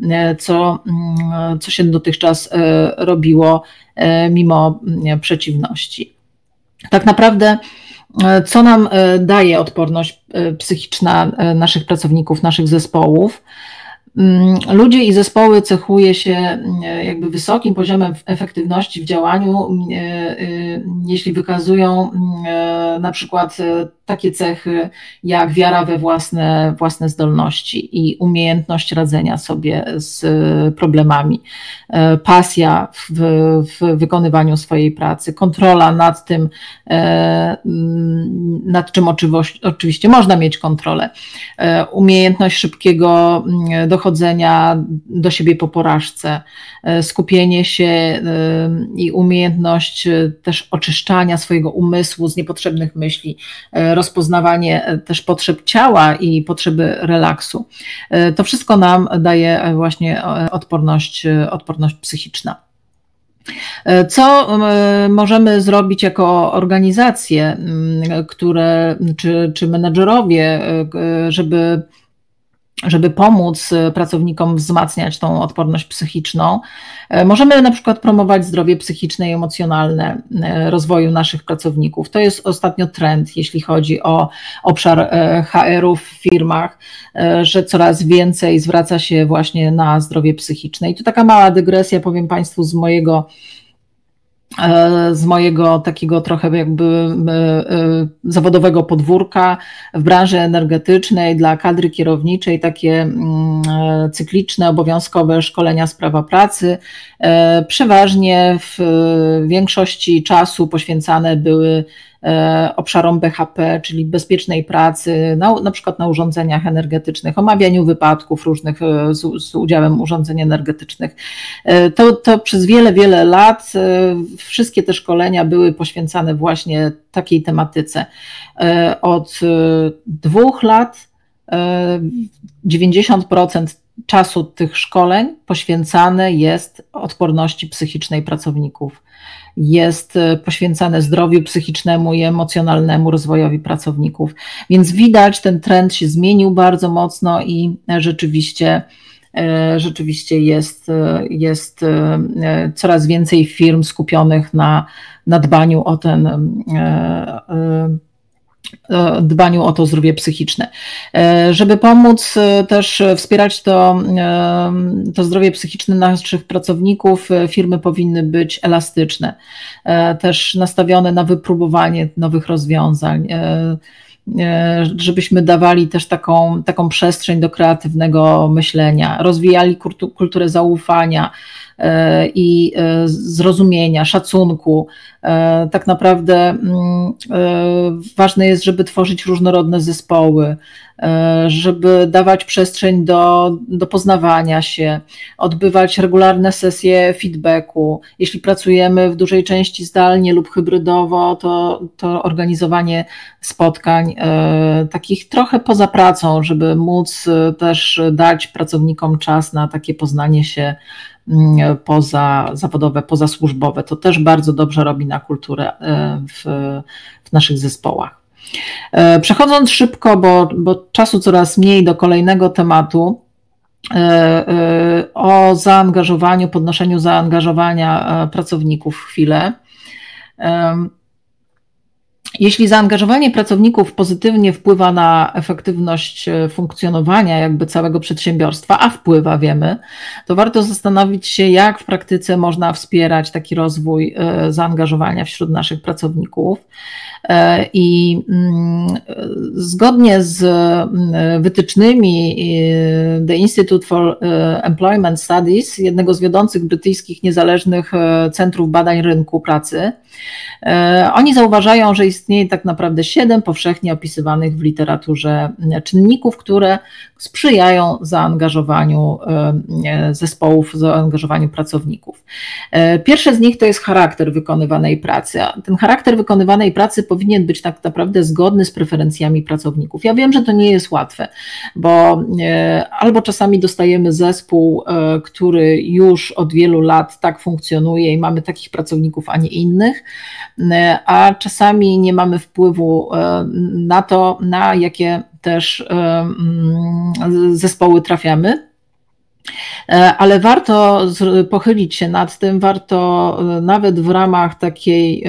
Speaker 2: co się dotychczas robiło mimo przeciwności. Tak naprawdę, co nam daje odporność psychiczna naszych pracowników, naszych zespołów? Ludzie i zespoły cechuje się jakby wysokim poziomem efektywności w działaniu, jeśli wykazują na przykład takie cechy jak wiara we własne zdolności i umiejętność radzenia sobie z problemami, pasja w wykonywaniu swojej pracy, kontrola nad czym oczywiście można mieć kontrolę, umiejętność szybkiego dochodzenia do siebie po porażce, skupienie się i umiejętność też oczyszczania swojego umysłu z niepotrzebnych myśli, rozpoznawanie też potrzeb ciała i potrzeby relaksu. To wszystko nam daje właśnie odporność psychiczna. Co możemy zrobić jako organizacje, czy menedżerowie, żeby pomóc pracownikom wzmacniać tą odporność psychiczną? Możemy na przykład promować zdrowie psychiczne i emocjonalne rozwoju naszych pracowników. To jest ostatnio trend, jeśli chodzi o obszar HR-ów w firmach, że coraz więcej zwraca się właśnie na zdrowie psychiczne. I tu taka mała dygresja, powiem Państwu, z mojego takiego trochę jakby zawodowego podwórka w branży energetycznej dla kadry kierowniczej, takie cykliczne, obowiązkowe szkolenia z prawa pracy. Przeważnie w większości czasu poświęcane były obszarom BHP, czyli bezpiecznej pracy, na przykład na urządzeniach energetycznych, omawianiu wypadków różnych z udziałem urządzeń energetycznych. To przez wiele lat wszystkie te szkolenia były poświęcane właśnie takiej tematyce. Od 2 lat 90% czasu tych szkoleń poświęcane jest odporności psychicznej pracowników. jest poświęcane zdrowiu psychicznemu i emocjonalnemu rozwojowi pracowników. Więc widać, ten trend się zmienił bardzo mocno i rzeczywiście jest coraz więcej firm skupionych na dbaniu o to zdrowie psychiczne. Żeby pomóc też wspierać to zdrowie psychiczne naszych pracowników, firmy powinny być elastyczne, też nastawione na wypróbowanie nowych rozwiązań, żebyśmy dawali też taką przestrzeń do kreatywnego myślenia, rozwijali kulturę zaufania i zrozumienia, szacunku. Tak naprawdę ważne jest, żeby tworzyć różnorodne zespoły, żeby dawać przestrzeń do poznawania się, odbywać regularne sesje feedbacku. Jeśli pracujemy w dużej części zdalnie lub hybrydowo, to organizowanie spotkań takich trochę poza pracą, żeby móc też dać pracownikom czas na takie poznanie się pozazawodowe, pozasłużbowe. To też bardzo dobrze robi na kulturę w naszych zespołach. Przechodząc szybko, bo czasu coraz mniej, do kolejnego tematu, o zaangażowaniu, podnoszeniu zaangażowania pracowników chwilę. Jeśli zaangażowanie pracowników pozytywnie wpływa na efektywność funkcjonowania jakby całego przedsiębiorstwa, a wpływa, wiemy, to warto zastanowić się, jak w praktyce można wspierać taki rozwój zaangażowania wśród naszych pracowników. I zgodnie z wytycznymi The Institute for Employment Studies, jednego z wiodących brytyjskich niezależnych centrów badań rynku pracy, oni zauważają, że istnieje tak naprawdę 7 powszechnie opisywanych w literaturze czynników, które sprzyjają zaangażowaniu zespołów, zaangażowaniu pracowników. Pierwsze z nich to jest charakter wykonywanej pracy. Ten charakter wykonywanej pracy powinien być tak naprawdę zgodny z preferencjami pracowników. Ja wiem, że to nie jest łatwe, bo albo czasami dostajemy zespół, który już od wielu lat tak funkcjonuje i mamy takich pracowników, a nie innych, a czasami nie mamy wpływu na to, na jakie też zespoły trafiamy, ale warto pochylić się nad tym, warto nawet w ramach takiej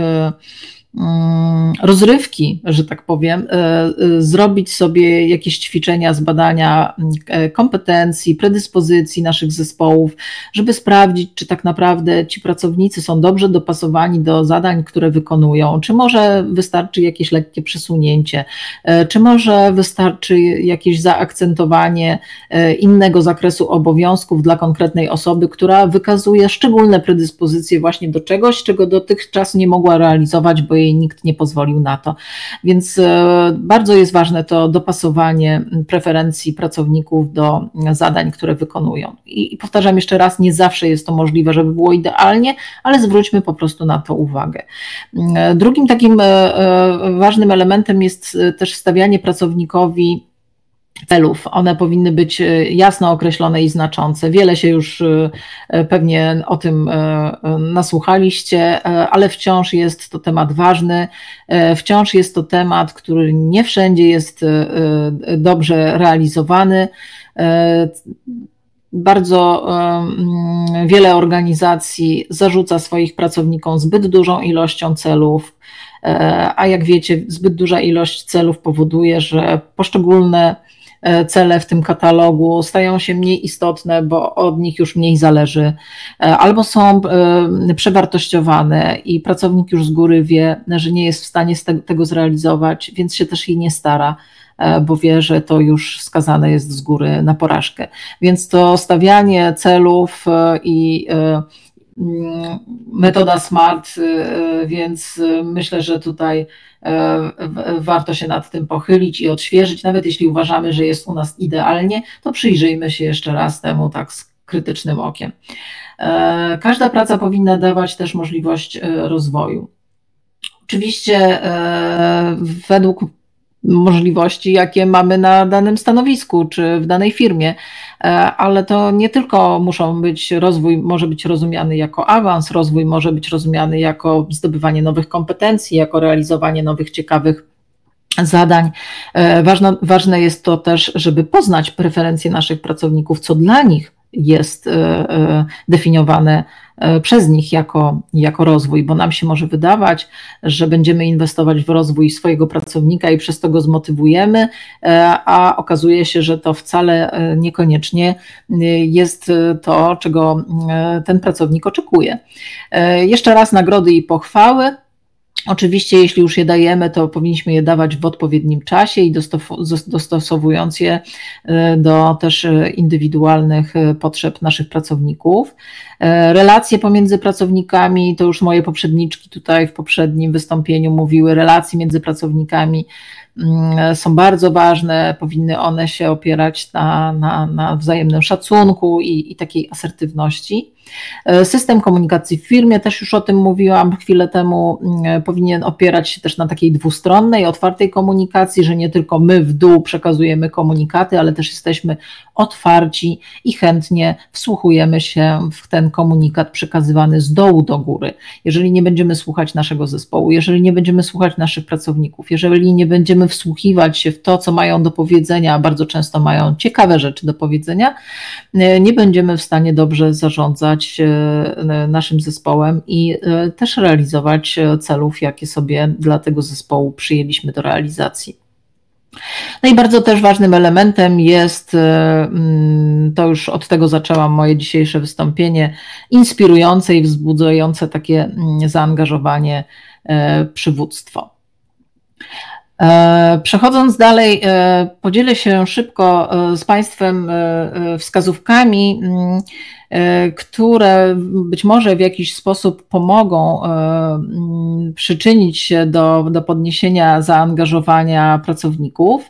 Speaker 2: rozrywki, że tak powiem, zrobić sobie jakieś ćwiczenia z badania kompetencji, predyspozycji naszych zespołów, żeby sprawdzić, czy tak naprawdę ci pracownicy są dobrze dopasowani do zadań, które wykonują, czy może wystarczy jakieś lekkie przesunięcie, czy może wystarczy jakieś zaakcentowanie innego zakresu obowiązków dla konkretnej osoby, która wykazuje szczególne predyspozycje właśnie do czegoś, czego dotychczas nie mogła realizować, bo jej nikt nie pozwolił na to. Więc bardzo jest ważne to dopasowanie preferencji pracowników do zadań, które wykonują. I powtarzam jeszcze raz, nie zawsze jest to możliwe, żeby było idealnie, ale zwróćmy po prostu na to uwagę. Drugim takim ważnym elementem jest też stawianie pracownikowi celów. One powinny być jasno określone i znaczące. Wiele się już pewnie o tym nasłuchaliście, ale wciąż jest to temat ważny, wciąż jest to temat, który nie wszędzie jest dobrze realizowany. Bardzo wiele organizacji zarzuca swoich pracownikom zbyt dużą ilością celów, a jak wiecie, zbyt duża ilość celów powoduje, że poszczególne cele w tym katalogu stają się mniej istotne, bo od nich już mniej zależy, albo są przewartościowane i pracownik już z góry wie, że nie jest w stanie tego zrealizować, więc się też jej nie stara, bo wie, że to już skazane jest z góry na porażkę. Więc to stawianie celów i metoda SMART, więc myślę, że tutaj warto się nad tym pochylić i odświeżyć. Nawet jeśli uważamy, że jest u nas idealnie, to przyjrzyjmy się jeszcze raz temu tak z krytycznym okiem. Każda praca powinna dawać też możliwość rozwoju. Oczywiście według możliwości, jakie mamy na danym stanowisku czy w danej firmie, ale to nie tylko rozwój może być rozumiany jako awans, rozwój może być rozumiany jako zdobywanie nowych kompetencji, jako realizowanie nowych, ciekawych zadań. Ważne jest to też, żeby poznać preferencje naszych pracowników, co dla nich jest definiowane przez nich jako rozwój, bo nam się może wydawać, że będziemy inwestować w rozwój swojego pracownika i przez to go zmotywujemy, a okazuje się, że to wcale niekoniecznie jest to, czego ten pracownik oczekuje. Jeszcze raz nagrody i pochwały. Oczywiście, jeśli już je dajemy, to powinniśmy je dawać w odpowiednim czasie i dostosowując je do też indywidualnych potrzeb naszych pracowników. Relacje pomiędzy pracownikami, to już moje poprzedniczki tutaj w poprzednim wystąpieniu mówiły, relacje między pracownikami są bardzo ważne, powinny one się opierać na wzajemnym szacunku i takiej asertywności. System komunikacji w firmie, też już o tym mówiłam chwilę temu, powinien opierać się też na takiej dwustronnej, otwartej komunikacji, że nie tylko my w dół przekazujemy komunikaty, ale też jesteśmy otwarci i chętnie wsłuchujemy się w ten komunikat przekazywany z dołu do góry. Jeżeli nie będziemy słuchać naszego zespołu, jeżeli nie będziemy słuchać naszych pracowników, jeżeli nie będziemy wsłuchiwać się w to, co mają do powiedzenia, a bardzo często mają ciekawe rzeczy do powiedzenia, nie będziemy w stanie dobrze zarządzać naszym zespołem i też realizować celów, jakie sobie dla tego zespołu przyjęliśmy do realizacji. No i bardzo też ważnym elementem jest, to już od tego zaczęłam moje dzisiejsze wystąpienie, inspirujące i wzbudzające takie zaangażowanie przywództwo. Przechodząc dalej, podzielę się szybko z Państwem wskazówkami, które być może w jakiś sposób pomogą przyczynić się do podniesienia zaangażowania pracowników.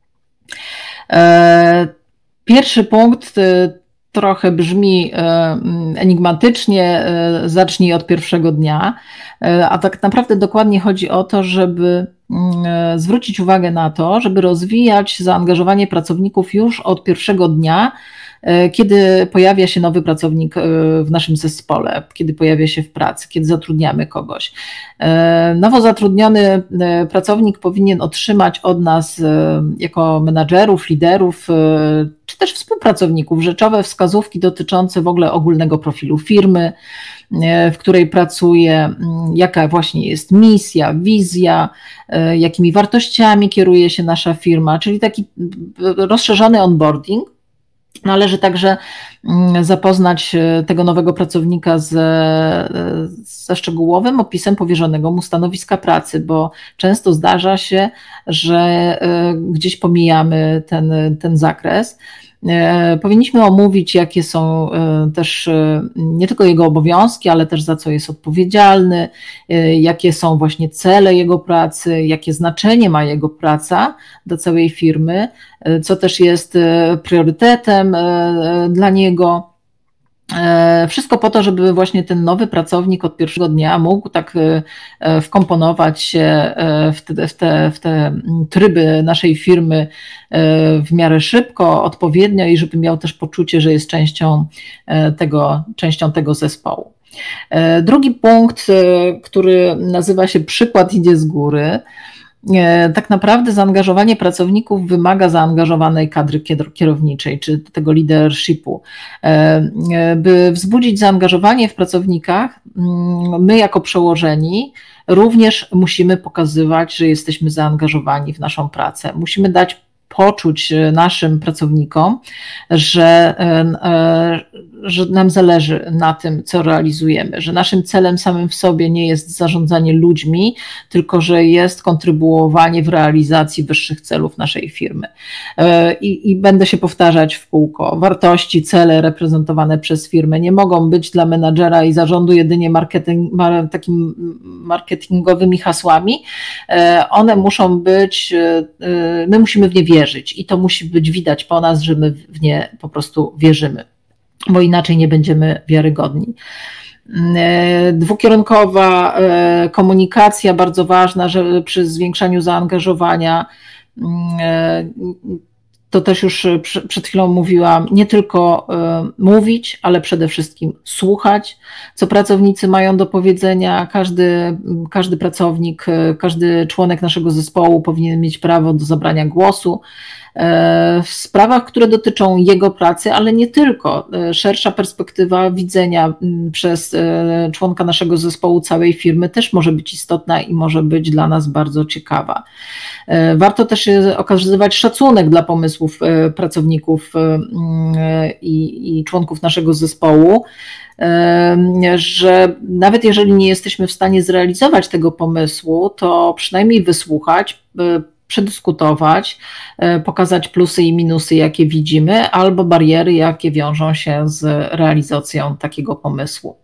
Speaker 2: Pierwszy punkt trochę brzmi enigmatycznie, zacznij od pierwszego dnia, a tak naprawdę dokładnie chodzi o to, żeby zwrócić uwagę na to, żeby rozwijać zaangażowanie pracowników już od pierwszego dnia, kiedy pojawia się nowy pracownik w naszym zespole, kiedy pojawia się w pracy, kiedy zatrudniamy kogoś. Nowo zatrudniony pracownik powinien otrzymać od nas jako menadżerów, liderów czy też współpracowników rzeczowe wskazówki dotyczące w ogóle ogólnego profilu firmy, w której pracuje, jaka właśnie jest misja, wizja, jakimi wartościami kieruje się nasza firma, czyli taki rozszerzony onboarding. Należy także zapoznać tego nowego pracownika ze szczegółowym opisem powierzonego mu stanowiska pracy, bo często zdarza się, że gdzieś pomijamy ten zakres. Powinniśmy omówić, jakie są też nie tylko jego obowiązki, ale też za co jest odpowiedzialny, jakie są właśnie cele jego pracy, jakie znaczenie ma jego praca dla całej firmy, co też jest priorytetem dla niego. Wszystko po to, żeby właśnie ten nowy pracownik od pierwszego dnia mógł tak wkomponować się w te tryby naszej firmy w miarę szybko, odpowiednio i żeby miał też poczucie, że jest częścią tego zespołu. Drugi punkt, który nazywa się przykład idzie z góry. Tak naprawdę zaangażowanie pracowników wymaga zaangażowanej kadry kierowniczej, czy tego leadershipu. By wzbudzić zaangażowanie w pracownikach, my jako przełożeni również musimy pokazywać, że jesteśmy zaangażowani w naszą pracę. Musimy dać poczuć naszym pracownikom, że nam zależy na tym, co realizujemy, że naszym celem samym w sobie nie jest zarządzanie ludźmi, tylko że jest kontrybuowanie w realizacji wyższych celów naszej firmy. I będę się powtarzać w kółko. Wartości, cele reprezentowane przez firmę nie mogą być dla menadżera i zarządu jedynie takimi marketingowymi hasłami. One muszą być, my musimy w nie wierzyć i to musi być widać po nas, że my w nie po prostu wierzymy, bo inaczej nie będziemy wiarygodni. Dwukierunkowa komunikacja bardzo ważna, że przy zwiększaniu zaangażowania to też już przed chwilą mówiłam, nie tylko mówić, ale przede wszystkim słuchać, co pracownicy mają do powiedzenia. Każdy pracownik, każdy członek naszego zespołu powinien mieć prawo do zabrania głosu w sprawach, które dotyczą jego pracy, ale nie tylko. Szersza perspektywa widzenia przez członka naszego zespołu całej firmy też może być istotna i może być dla nas bardzo ciekawa. Warto też okazywać szacunek dla pomysłów pracowników i członków naszego zespołu, że nawet jeżeli nie jesteśmy w stanie zrealizować tego pomysłu, to przynajmniej wysłuchać, przedyskutować, pokazać plusy i minusy, jakie widzimy, albo bariery, jakie wiążą się z realizacją takiego pomysłu.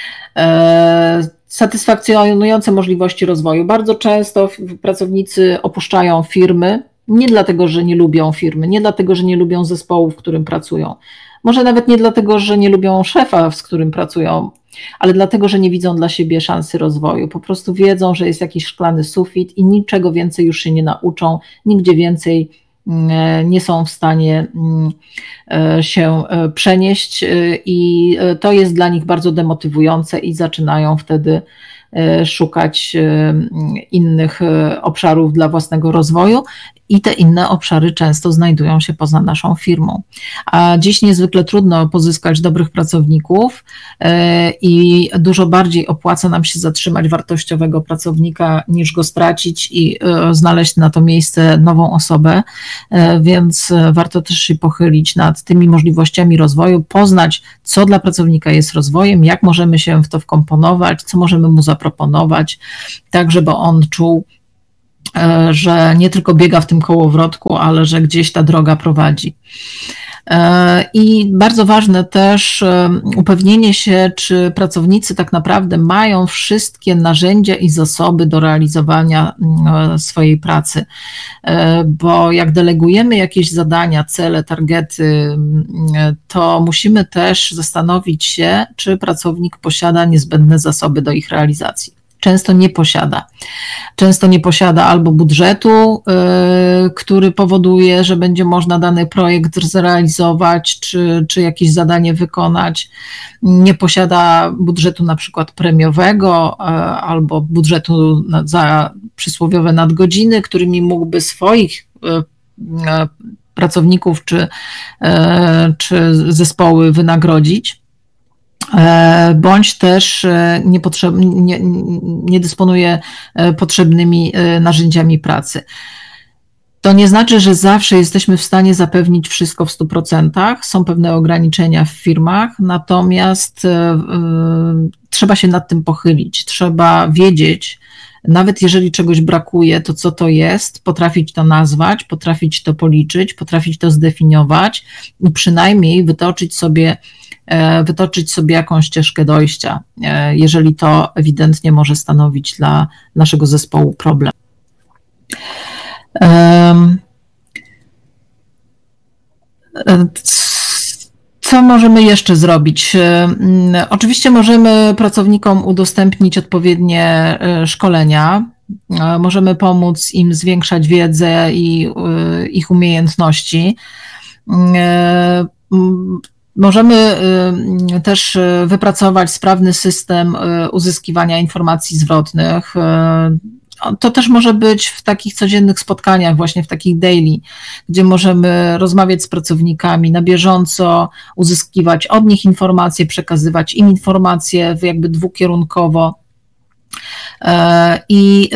Speaker 2: Satysfakcjonujące możliwości rozwoju. Bardzo często pracownicy opuszczają firmy nie dlatego, że nie lubią firmy, nie dlatego, że nie lubią zespołu, w którym pracują. Może nawet nie dlatego, że nie lubią szefa, z którym pracują, ale dlatego, że nie widzą dla siebie szansy rozwoju. Po prostu wiedzą, że jest jakiś szklany sufit i niczego więcej już się nie nauczą, nigdzie więcej nie są w stanie się przenieść i to jest dla nich bardzo demotywujące i zaczynają wtedy szukać innych obszarów dla własnego rozwoju i te inne obszary często znajdują się poza naszą firmą. A dziś niezwykle trudno pozyskać dobrych pracowników i dużo bardziej opłaca nam się zatrzymać wartościowego pracownika niż go stracić i znaleźć na to miejsce nową osobę, więc warto też się pochylić nad tymi możliwościami rozwoju, poznać, co dla pracownika jest rozwojem, jak możemy się w to wkomponować, co możemy mu zaproponować, tak żeby on czuł, że nie tylko biega w tym kołowrotku, ale że gdzieś ta droga prowadzi. I bardzo ważne też upewnienie się, czy pracownicy tak naprawdę mają wszystkie narzędzia i zasoby do realizowania swojej pracy, bo jak delegujemy jakieś zadania, cele, targety, to musimy też zastanowić się, czy pracownik posiada niezbędne zasoby do ich realizacji. Często nie posiada albo budżetu, który powoduje, że będzie można dany projekt zrealizować, czy jakieś zadanie wykonać. Nie posiada budżetu na przykład premiowego albo budżetu za przysłowiowe nadgodziny, którymi mógłby swoich pracowników czy zespoły wynagrodzić. Bądź też nie dysponuje potrzebnymi narzędziami pracy. To nie znaczy, że zawsze jesteśmy w stanie zapewnić wszystko w 100%. Są pewne ograniczenia w firmach, natomiast trzeba się nad tym pochylić. Trzeba wiedzieć, nawet jeżeli czegoś brakuje, to co to jest, potrafić to nazwać, potrafić to policzyć, potrafić to zdefiniować i przynajmniej wytoczyć sobie jakąś ścieżkę dojścia, jeżeli to ewidentnie może stanowić dla naszego zespołu problem. Co możemy jeszcze zrobić? Oczywiście możemy pracownikom udostępnić odpowiednie szkolenia, możemy pomóc im zwiększać wiedzę i ich umiejętności. Możemy też wypracować sprawny system uzyskiwania informacji zwrotnych. To też może być w takich codziennych spotkaniach, właśnie w takich daily, gdzie możemy rozmawiać z pracownikami na bieżąco, uzyskiwać od nich informacje, przekazywać im informacje jakby dwukierunkowo i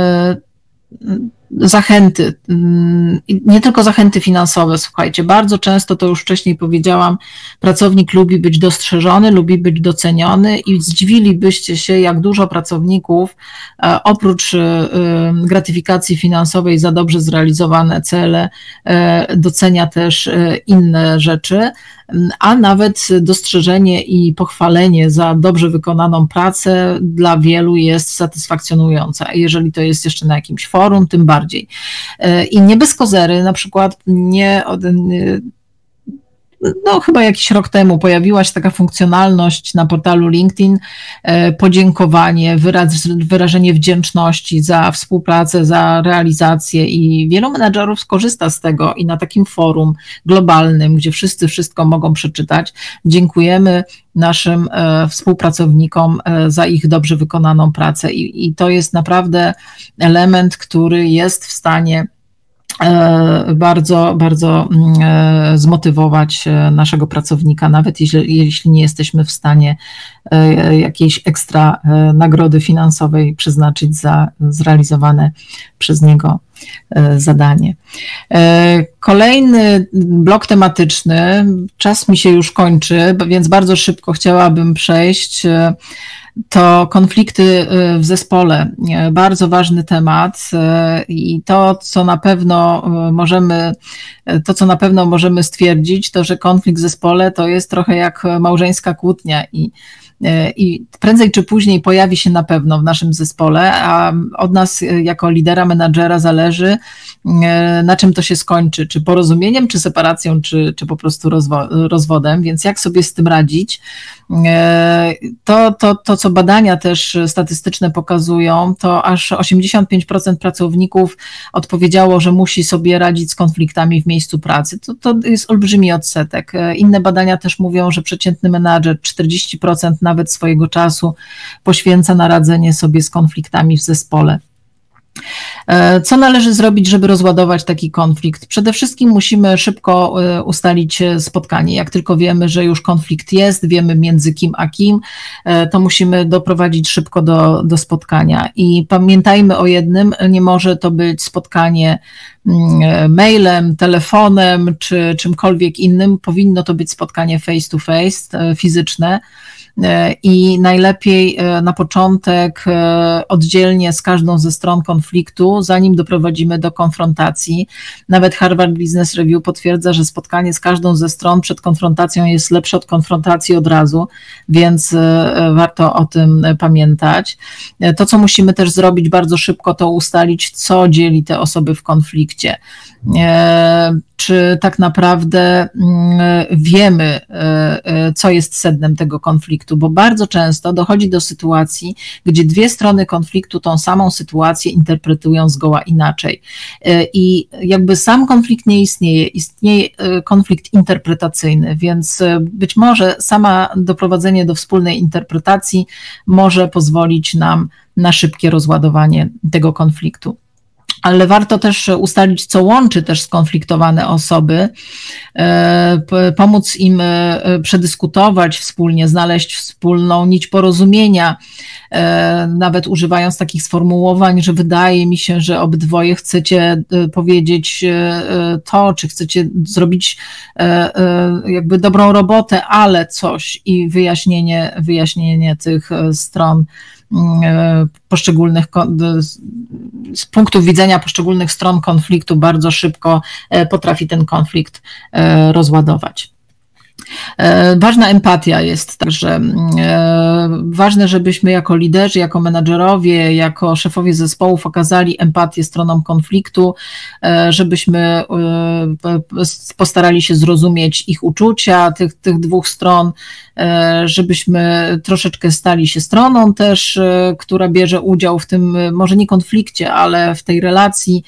Speaker 2: zachęty, nie tylko zachęty finansowe, słuchajcie, bardzo często, to już wcześniej powiedziałam, pracownik lubi być dostrzeżony, lubi być doceniony i zdziwilibyście się, jak dużo pracowników oprócz gratyfikacji finansowej za dobrze zrealizowane cele docenia też inne rzeczy, a nawet dostrzeżenie i pochwalenie za dobrze wykonaną pracę dla wielu jest satysfakcjonujące, a jeżeli to jest jeszcze na jakimś forum, tym bardziej. I nie bez kozery, na przykład no chyba jakiś rok temu pojawiła się taka funkcjonalność na portalu LinkedIn, podziękowanie, wyrażenie wdzięczności za współpracę, za realizację i wielu menadżerów skorzysta z tego i na takim forum globalnym, gdzie wszyscy wszystko mogą przeczytać. Dziękujemy naszym współpracownikom za ich dobrze wykonaną pracę i to jest naprawdę element, który jest w stanie bardzo, bardzo zmotywować naszego pracownika, nawet jeśli nie jesteśmy w stanie jakiejś ekstra nagrody finansowej przeznaczyć za zrealizowane przez niego zadanie. Kolejny blok tematyczny, czas mi się już kończy, więc bardzo szybko chciałabym przejść. To konflikty w zespole, bardzo ważny temat i to, co na pewno możemy stwierdzić, to, że konflikt w zespole to jest trochę jak małżeńska kłótnia i prędzej czy później pojawi się na pewno w naszym zespole, a od nas jako lidera, menadżera zależy, na czym to się skończy, czy porozumieniem, czy separacją, czy po prostu rozwodem, więc jak sobie z tym radzić? To, co badania też statystyczne pokazują, to aż 85% pracowników odpowiedziało, że musi sobie radzić z konfliktami w miejscu pracy. To jest olbrzymi odsetek. Inne badania też mówią, że przeciętny menadżer 40% nawet swojego czasu poświęca na radzenie sobie z konfliktami w zespole. Co należy zrobić, żeby rozładować taki konflikt? Przede wszystkim musimy szybko ustalić spotkanie. Jak tylko wiemy, że już konflikt jest, wiemy między kim a kim, to musimy doprowadzić szybko do spotkania. I pamiętajmy o jednym, nie może to być spotkanie mailem, telefonem czy czymkolwiek innym. Powinno to być spotkanie face to face, fizyczne. I najlepiej na początek oddzielnie z każdą ze stron konfliktu, zanim doprowadzimy do konfrontacji. Nawet Harvard Business Review potwierdza, że spotkanie z każdą ze stron przed konfrontacją jest lepsze od konfrontacji od razu, więc warto o tym pamiętać. To, co musimy też zrobić bardzo szybko, to ustalić, co dzieli te osoby w konflikcie. Czy tak naprawdę wiemy, co jest sednem tego konfliktu, bo bardzo często dochodzi do sytuacji, gdzie dwie strony konfliktu tą samą sytuację interpretują zgoła inaczej. I jakby sam konflikt nie istnieje, istnieje konflikt interpretacyjny, więc być może sama doprowadzenie do wspólnej interpretacji może pozwolić nam na szybkie rozładowanie tego konfliktu. Ale warto też ustalić, co łączy też skonfliktowane osoby, pomóc im przedyskutować wspólnie, znaleźć wspólną nić porozumienia, nawet używając takich sformułowań, że wydaje mi się, że obydwoje chcecie powiedzieć to, czy chcecie zrobić jakby dobrą robotę, ale coś i wyjaśnienie tych stron poszczególnych, z punktu widzenia poszczególnych stron konfliktu bardzo szybko potrafi ten konflikt rozładować. Ważna empatia jest, także ważne, żebyśmy jako liderzy, jako menadżerowie, jako szefowie zespołów okazali empatię stronom konfliktu, żebyśmy postarali się zrozumieć ich uczucia, tych dwóch stron, żebyśmy troszeczkę stali się stroną też, która bierze udział w tym, może nie konflikcie, ale w tej relacji,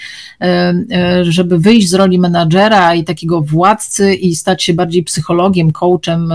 Speaker 2: żeby wyjść z roli menadżera i takiego władcy i stać się bardziej psychologiem, coachem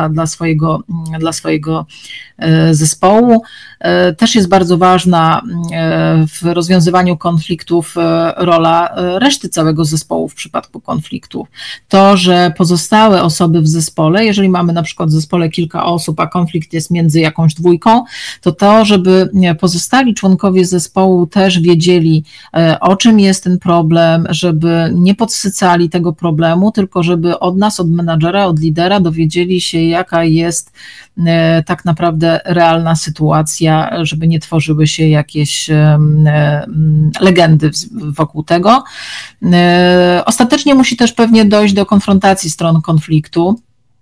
Speaker 2: dla swojego zespołu. Też jest bardzo ważna w rozwiązywaniu konfliktów rola reszty całego zespołu w przypadku konfliktów. To, że pozostałe osoby w zespole, jeżeli mamy na przykład w zespole kilka osób, a konflikt jest między jakąś dwójką, to żeby pozostali członkowie zespołu też wiedzieli, o czym jest ten problem, żeby nie podsycali tego problemu, tylko żeby od nas, od menadżera, od lidera dowiedzieli się, jaka jest tak naprawdę realna sytuacja, żeby nie tworzyły się jakieś legendy wokół tego. Ostatecznie musi też pewnie dojść do konfrontacji stron konfliktu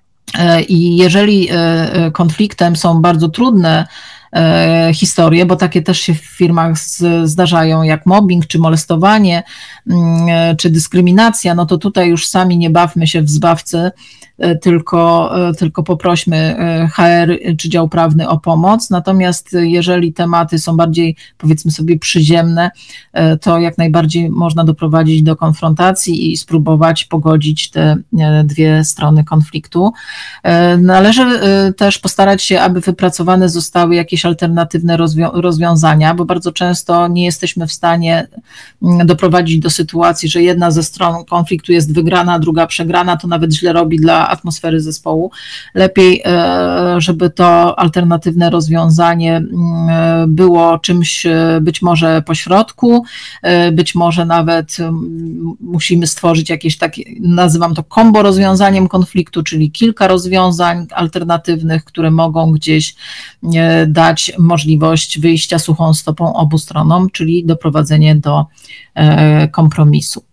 Speaker 2: i jeżeli konfliktem są bardzo trudne historie, bo takie też się w firmach zdarzają, jak mobbing, czy molestowanie, czy dyskryminacja, no to tutaj już sami nie bawmy się w zbawcy, tylko poprośmy HR czy dział prawny o pomoc. Natomiast jeżeli tematy są bardziej, powiedzmy sobie, przyziemne, to jak najbardziej można doprowadzić do konfrontacji i spróbować pogodzić te dwie strony konfliktu. Należy też postarać się, aby wypracowane zostały jakieś alternatywne rozwiązania, bo bardzo często nie jesteśmy w stanie doprowadzić do sytuacji, że jedna ze stron konfliktu jest wygrana, druga przegrana, to nawet źle robi dla atmosfery zespołu. Lepiej, żeby to alternatywne rozwiązanie było czymś być może pośrodku, być może nawet musimy stworzyć jakieś takie, nazywam to kombo rozwiązaniem konfliktu, czyli kilka rozwiązań alternatywnych, które mogą gdzieś dać możliwość wyjścia suchą stopą obu stronom, czyli doprowadzenie do kompromisu.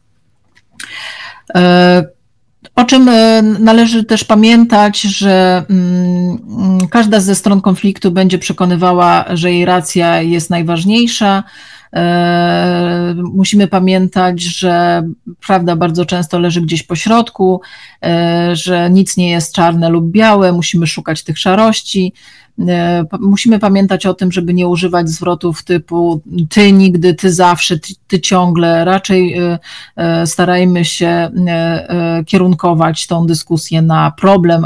Speaker 2: O czym należy też pamiętać, że każda ze stron konfliktu będzie przekonywała, że jej racja jest najważniejsza. Musimy pamiętać, że prawda bardzo często leży gdzieś po środku, że nic nie jest czarne lub białe, musimy szukać tych szarości. Musimy pamiętać o tym, żeby nie używać zwrotów typu ty nigdy, ty zawsze, ty ciągle. Raczej starajmy się kierunkować tą dyskusję na problem,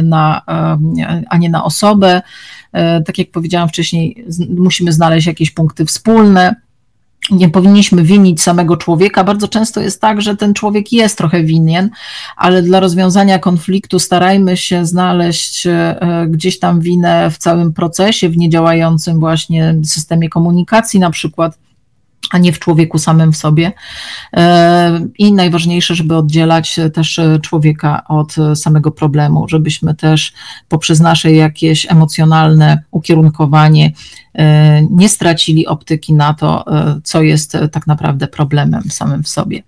Speaker 2: a nie na osobę. Tak jak powiedziałam wcześniej, musimy znaleźć jakieś punkty wspólne. Nie powinniśmy winić samego człowieka. Bardzo często jest tak, że ten człowiek jest trochę winien, ale dla rozwiązania konfliktu starajmy się znaleźć gdzieś tam winę w całym procesie, w niedziałającym właśnie systemie komunikacji na przykład, a nie w człowieku samym w sobie. I najważniejsze, żeby oddzielać też człowieka od samego problemu, żebyśmy też poprzez nasze jakieś emocjonalne ukierunkowanie nie stracili optyki na to, co jest tak naprawdę problemem samym w sobie.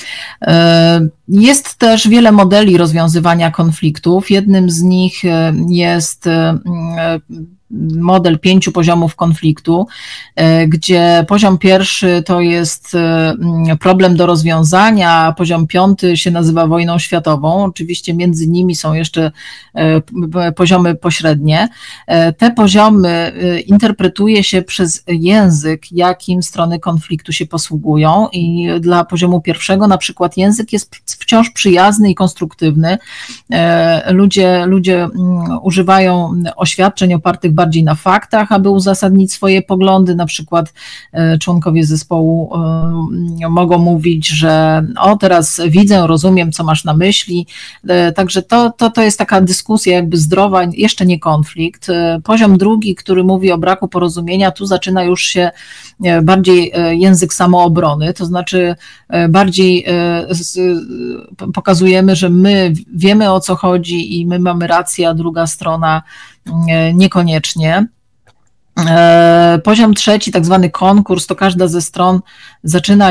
Speaker 2: Jest też wiele modeli rozwiązywania konfliktów. Jednym z nich jest model 5 poziomów konfliktu, gdzie poziom pierwszy to jest problem do rozwiązania, a poziom 5 się nazywa wojną światową. Oczywiście między nimi są jeszcze poziomy pośrednie. Te poziomy interpretuje się przez język, jakim strony konfliktu się posługują, i dla poziomu pierwszego na przykład język jest wciąż przyjazny i konstruktywny. Ludzie używają oświadczeń opartych bardziej na faktach, aby uzasadnić swoje poglądy. Na przykład członkowie zespołu mogą mówić, że teraz widzę, rozumiem, co masz na myśli. Także to jest taka dyskusja jakby zdrowa, jeszcze nie konflikt. Poziom drugi, który mówi o braku porozumienia, tu zaczyna już się bardziej język samoobrony, to znaczy bardziej pokazujemy, że my wiemy, o co chodzi i my mamy rację, a druga strona niekoniecznie. Poziom trzeci, tak zwany konkurs, to każda ze stron zaczyna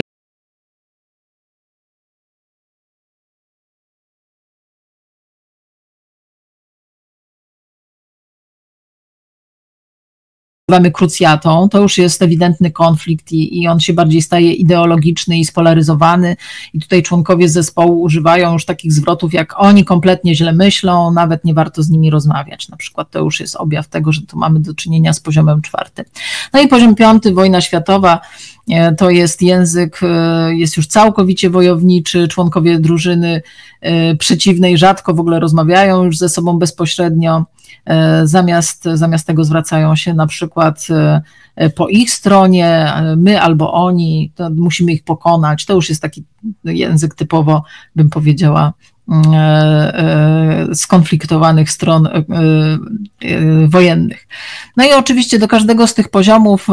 Speaker 2: nazywamy krucjatą, to już jest ewidentny konflikt i on się bardziej staje ideologiczny i spolaryzowany, i tutaj członkowie zespołu używają już takich zwrotów jak oni kompletnie źle myślą, nawet nie warto z nimi rozmawiać. Na przykład to już jest objaw tego, że tu mamy do czynienia z poziomem czwartym. No i poziom piąty, wojna światowa, to jest język, jest już całkowicie wojowniczy, członkowie drużyny przeciwnej rzadko w ogóle rozmawiają już ze sobą bezpośrednio, zamiast tego zwracają się na przykład po ich stronie, my albo oni, to musimy ich pokonać, to już jest taki język typowo, bym powiedziała, skonfliktowanych stron wojennych. No i oczywiście do każdego z tych poziomów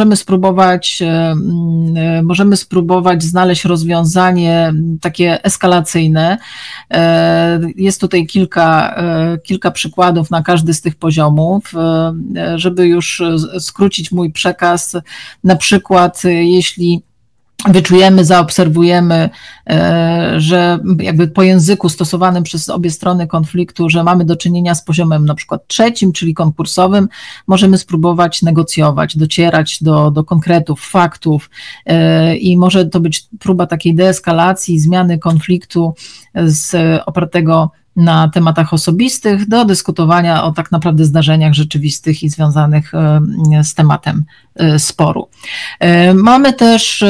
Speaker 2: możemy spróbować znaleźć rozwiązanie takie eskalacyjne. Jest tutaj kilka przykładów na każdy z tych poziomów, żeby już skrócić mój przekaz. Na przykład jeśli wyczujemy, zaobserwujemy, że jakby po języku stosowanym przez obie strony konfliktu, że mamy do czynienia z poziomem na przykład trzecim, czyli konkursowym, możemy spróbować negocjować, docierać do konkretów, faktów, i może to być próba takiej deeskalacji, zmiany konfliktu opartego na tematach osobistych do dyskutowania o tak naprawdę zdarzeniach rzeczywistych i związanych z tematem sporu. Mamy też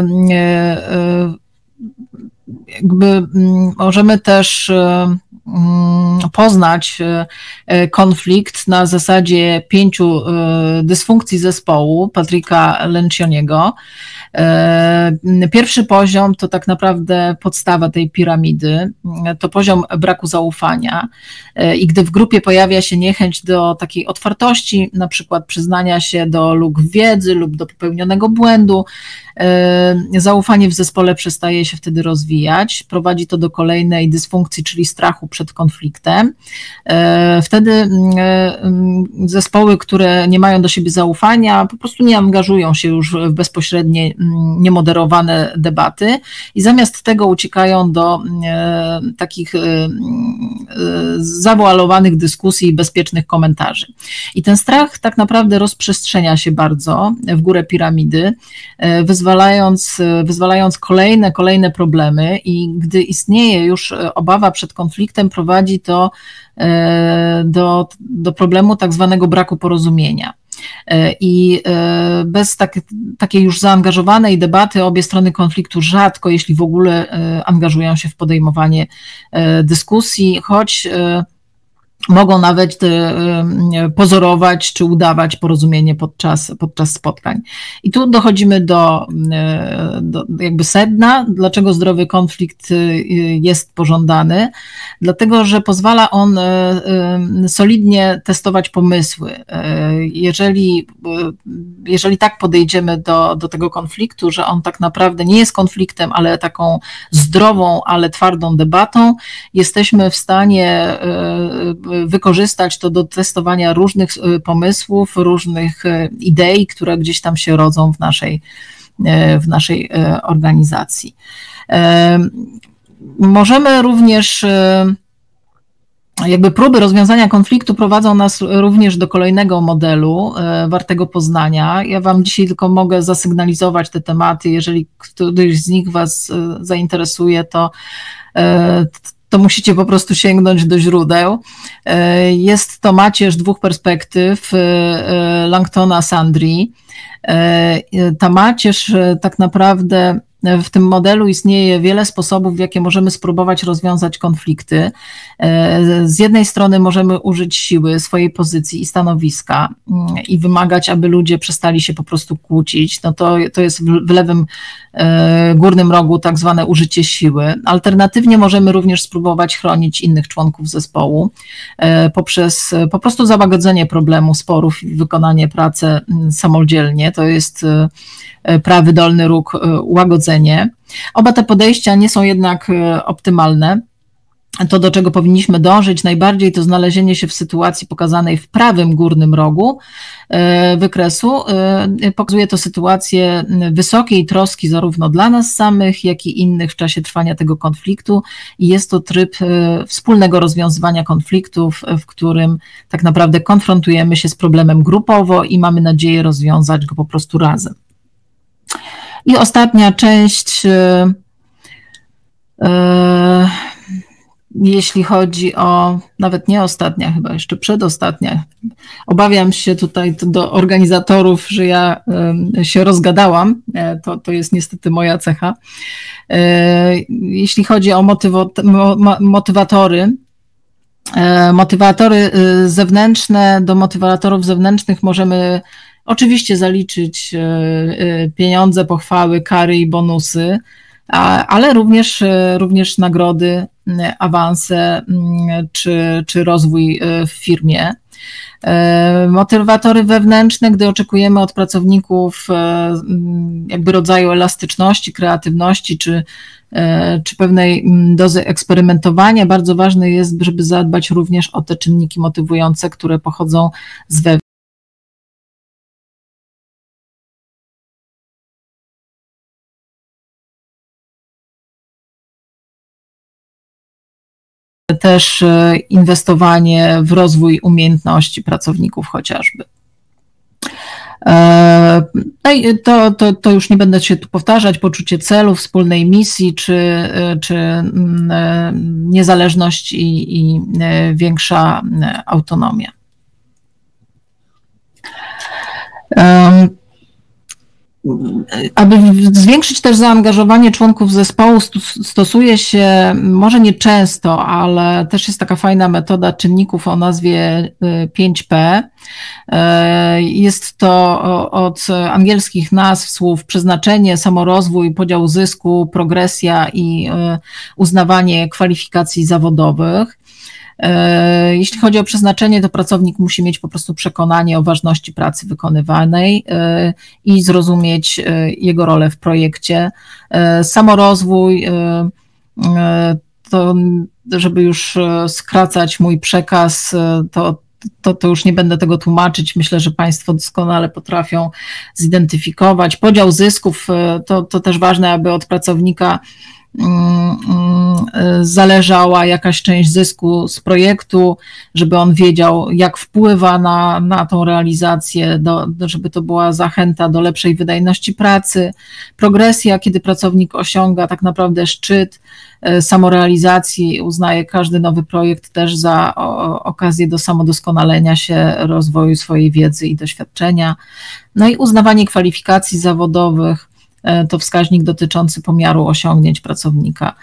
Speaker 2: możemy też poznać konflikt na zasadzie 5 dysfunkcji zespołu Patricka Lencioniego. Pierwszy poziom to tak naprawdę podstawa tej piramidy, to poziom braku zaufania i gdy w grupie pojawia się niechęć do takiej otwartości, na przykład przyznania się do luk w wiedzy lub do popełnionego błędu, zaufanie w zespole przestaje się wtedy rozwijać, prowadzi to do kolejnej dysfunkcji, czyli strachu przed konfliktem. Wtedy zespoły, które nie mają do siebie zaufania, po prostu nie angażują się już w bezpośrednie, niemoderowane debaty i zamiast tego uciekają do takich zawoalowanych dyskusji i bezpiecznych komentarzy. I ten strach tak naprawdę rozprzestrzenia się bardzo w górę piramidy, wyzwalając kolejne problemy i gdy istnieje już obawa przed konfliktem, prowadzi to do problemu tak zwanego braku porozumienia. I bez takiej już zaangażowanej debaty obie strony konfliktu rzadko, jeśli w ogóle, angażują się w podejmowanie dyskusji, choć mogą nawet pozorować czy udawać porozumienie podczas spotkań. I tu dochodzimy do jakby sedna, dlaczego zdrowy konflikt jest pożądany, dlatego że pozwala on solidnie testować pomysły. Jeżeli tak podejdziemy do tego konfliktu, że on tak naprawdę nie jest konfliktem, ale taką zdrową, ale twardą debatą, jesteśmy w stanie wykorzystać to do testowania różnych pomysłów, różnych idei, które gdzieś tam się rodzą w naszej organizacji. Możemy również, jakby próby rozwiązania konfliktu prowadzą nas również do kolejnego modelu wartego poznania. Ja Wam dzisiaj tylko mogę zasygnalizować te tematy. Jeżeli któryś z nich Was zainteresuje, to musicie po prostu sięgnąć do źródeł. Jest to macierz dwóch perspektyw Langtona Sandri. Ta macierz tak naprawdę w tym modelu istnieje wiele sposobów, w jakie możemy spróbować rozwiązać konflikty. Z jednej strony możemy użyć siły, swojej pozycji i stanowiska i wymagać, aby ludzie przestali się po prostu kłócić. No to jest w lewym górnym rogu tak zwane użycie siły. Alternatywnie możemy również spróbować chronić innych członków zespołu poprzez po prostu załagodzenie problemu, sporów i wykonanie pracy samodzielnie. To jest prawy dolny róg łagodzenie. Oba te podejścia nie są jednak optymalne. To, do czego powinniśmy dążyć najbardziej, to znalezienie się w sytuacji pokazanej w prawym górnym rogu wykresu. Pokazuje to sytuację wysokiej troski zarówno dla nas samych, jak i innych w czasie trwania tego konfliktu i jest to tryb wspólnego rozwiązywania konfliktów, w którym tak naprawdę konfrontujemy się z problemem grupowo i mamy nadzieję rozwiązać go po prostu razem. I ostatnia część, jeśli chodzi o, nawet nie ostatnia, chyba jeszcze przedostatnia, obawiam się tutaj do organizatorów, że ja się rozgadałam, to jest niestety moja cecha. Jeśli chodzi o motywatory zewnętrzne, do motywatorów zewnętrznych możemy oczywiście zaliczyć pieniądze, pochwały, kary i bonusy, ale również nagrody, awanse czy rozwój w firmie. Motywatory wewnętrzne, gdy oczekujemy od pracowników jakby rodzaju elastyczności, kreatywności czy pewnej dozy eksperymentowania, bardzo ważne jest, żeby zadbać również o te czynniki motywujące, które pochodzą z wewnątrz. Też inwestowanie w rozwój umiejętności pracowników chociażby. No i to już nie będę się tu powtarzać, poczucie celu, wspólnej misji, czy niezależność i większa autonomia. Aby zwiększyć też zaangażowanie członków zespołu, stosuje się, może nie często, ale też jest taka fajna metoda czynników o nazwie 5P. Jest to od angielskich nazw słów przeznaczenie, samorozwój, podział zysku, progresja i uznawanie kwalifikacji zawodowych. Jeśli chodzi o przeznaczenie, to pracownik musi mieć po prostu przekonanie o ważności pracy wykonywanej i zrozumieć jego rolę w projekcie. Samorozwój, to żeby już skracać mój przekaz, to już nie będę tego tłumaczyć. Myślę, że Państwo doskonale potrafią zidentyfikować. Podział zysków, to też ważne, aby od pracownika zależała jakaś część zysku z projektu, żeby on wiedział, jak wpływa na tą realizację, żeby to była zachęta do lepszej wydajności pracy. Progresja, kiedy pracownik osiąga tak naprawdę szczyt samorealizacji, uznaje każdy nowy projekt też za okazję do samodoskonalenia się, rozwoju swojej wiedzy i doświadczenia. No i uznawanie kwalifikacji zawodowych, to wskaźnik dotyczący pomiaru osiągnięć pracownika.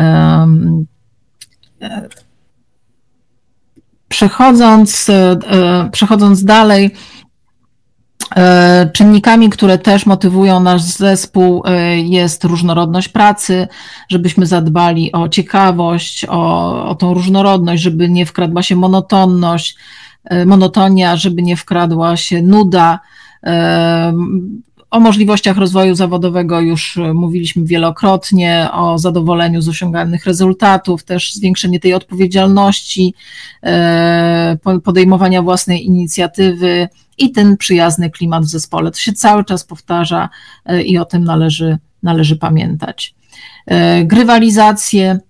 Speaker 2: Przechodząc dalej, czynnikami, które też motywują nasz zespół, jest różnorodność pracy, żebyśmy zadbali o ciekawość, o tą różnorodność, żeby nie wkradła się monotonia, żeby nie wkradła się nuda. O możliwościach rozwoju zawodowego już mówiliśmy wielokrotnie, o zadowoleniu z osiąganych rezultatów, też zwiększenie tej odpowiedzialności, podejmowania własnej inicjatywy i ten przyjazny klimat w zespole. To się cały czas powtarza i o tym należy pamiętać. Grywalizacje,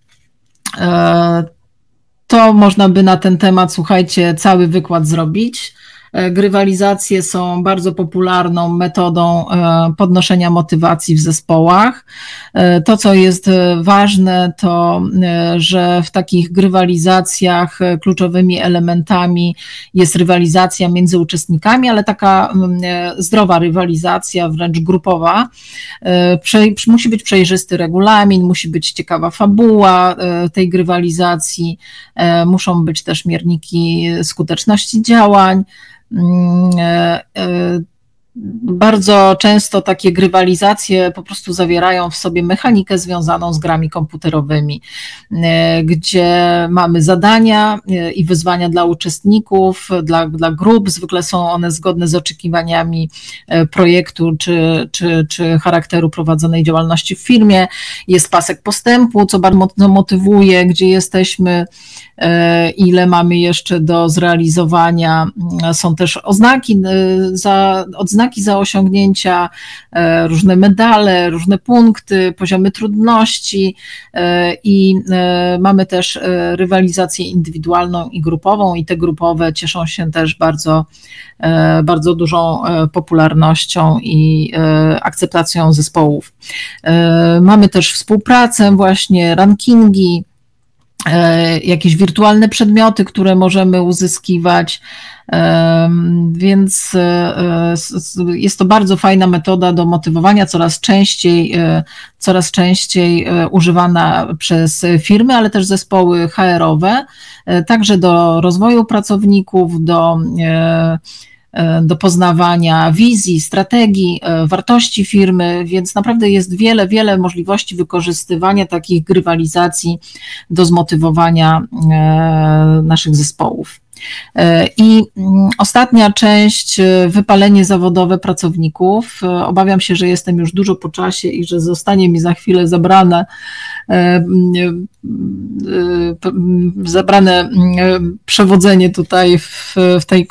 Speaker 2: to można by na ten temat, słuchajcie, cały wykład zrobić. Grywalizacje są bardzo popularną metodą podnoszenia motywacji w zespołach. To, co jest ważne, to, że w takich grywalizacjach kluczowymi elementami jest rywalizacja między uczestnikami, ale taka zdrowa rywalizacja, wręcz grupowa. Musi być przejrzysty regulamin, musi być ciekawa fabuła tej grywalizacji, muszą być też mierniki skuteczności działań. Bardzo często takie grywalizacje po prostu zawierają w sobie mechanikę związaną z grami komputerowymi, gdzie mamy zadania i wyzwania dla uczestników, dla grup. Zwykle są one zgodne z oczekiwaniami projektu czy charakteru prowadzonej działalności w firmie. Jest pasek postępu, co bardzo mocno motywuje, gdzie jesteśmy, ile mamy jeszcze do zrealizowania. Są też odznaki za osiągnięcia, różne medale, różne punkty, poziomy trudności i mamy też rywalizację indywidualną i grupową i te grupowe cieszą się też bardzo dużą popularnością i akceptacją zespołów. Mamy też współpracę, właśnie rankingi, jakieś wirtualne przedmioty, które możemy uzyskiwać, więc jest to bardzo fajna metoda do motywowania, coraz częściej używana przez firmy, ale też zespoły HR-owe, także do rozwoju pracowników, do poznawania wizji, strategii, wartości firmy, więc naprawdę jest wiele możliwości wykorzystywania takich grywalizacji do zmotywowania naszych zespołów. I ostatnia część, wypalenie zawodowe pracowników. Obawiam się, że jestem już dużo po czasie i że zostanie mi za chwilę zabrane przewodzenie tutaj w tej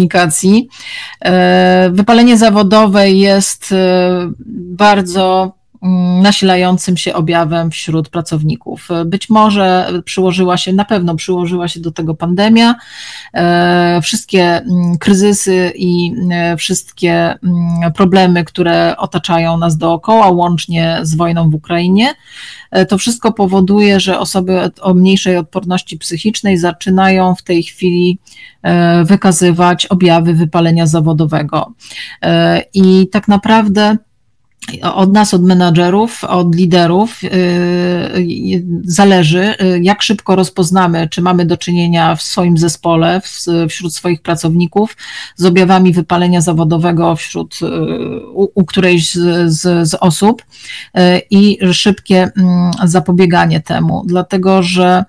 Speaker 2: komunikacji. Wypalenie zawodowe jest bardzo nasilającym się objawem wśród pracowników. Być może na pewno przyłożyła się do tego pandemia, wszystkie kryzysy i wszystkie problemy, które otaczają nas dookoła, łącznie z wojną w Ukrainie. To wszystko powoduje, że osoby o mniejszej odporności psychicznej zaczynają w tej chwili wykazywać objawy wypalenia zawodowego. I tak naprawdę od nas, od menadżerów, od liderów zależy, jak szybko rozpoznamy, czy mamy do czynienia w swoim zespole, wśród swoich pracowników z objawami wypalenia zawodowego u którejś z osób i szybkie zapobieganie temu, dlatego że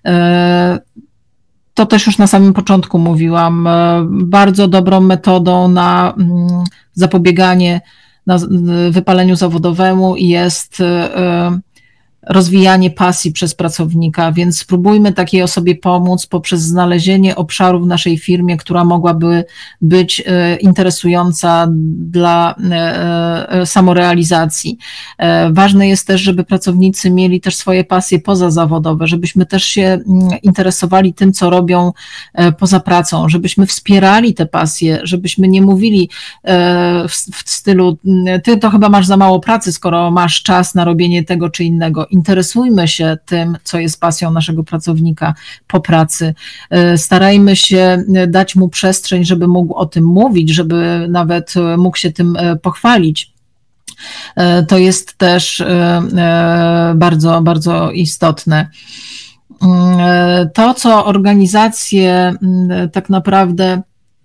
Speaker 2: to też już na samym początku mówiłam, bardzo dobrą metodą na zapobieganie wypaleniu zawodowemu jest rozwijanie pasji przez pracownika, więc spróbujmy takiej osobie pomóc poprzez znalezienie obszaru w naszej firmie, która mogłaby być interesująca dla samorealizacji. Ważne jest też, żeby pracownicy mieli też swoje pasje pozazawodowe, żebyśmy też się interesowali tym, co robią poza pracą, żebyśmy wspierali te pasje, żebyśmy nie mówili w stylu, ty to chyba masz za mało pracy, skoro masz czas na robienie tego czy innego. Interesujmy się tym, co jest pasją naszego pracownika po pracy. Starajmy się dać mu przestrzeń, żeby mógł o tym mówić, żeby nawet mógł się tym pochwalić. To jest też bardzo, bardzo istotne. To, co organizacje tak naprawdę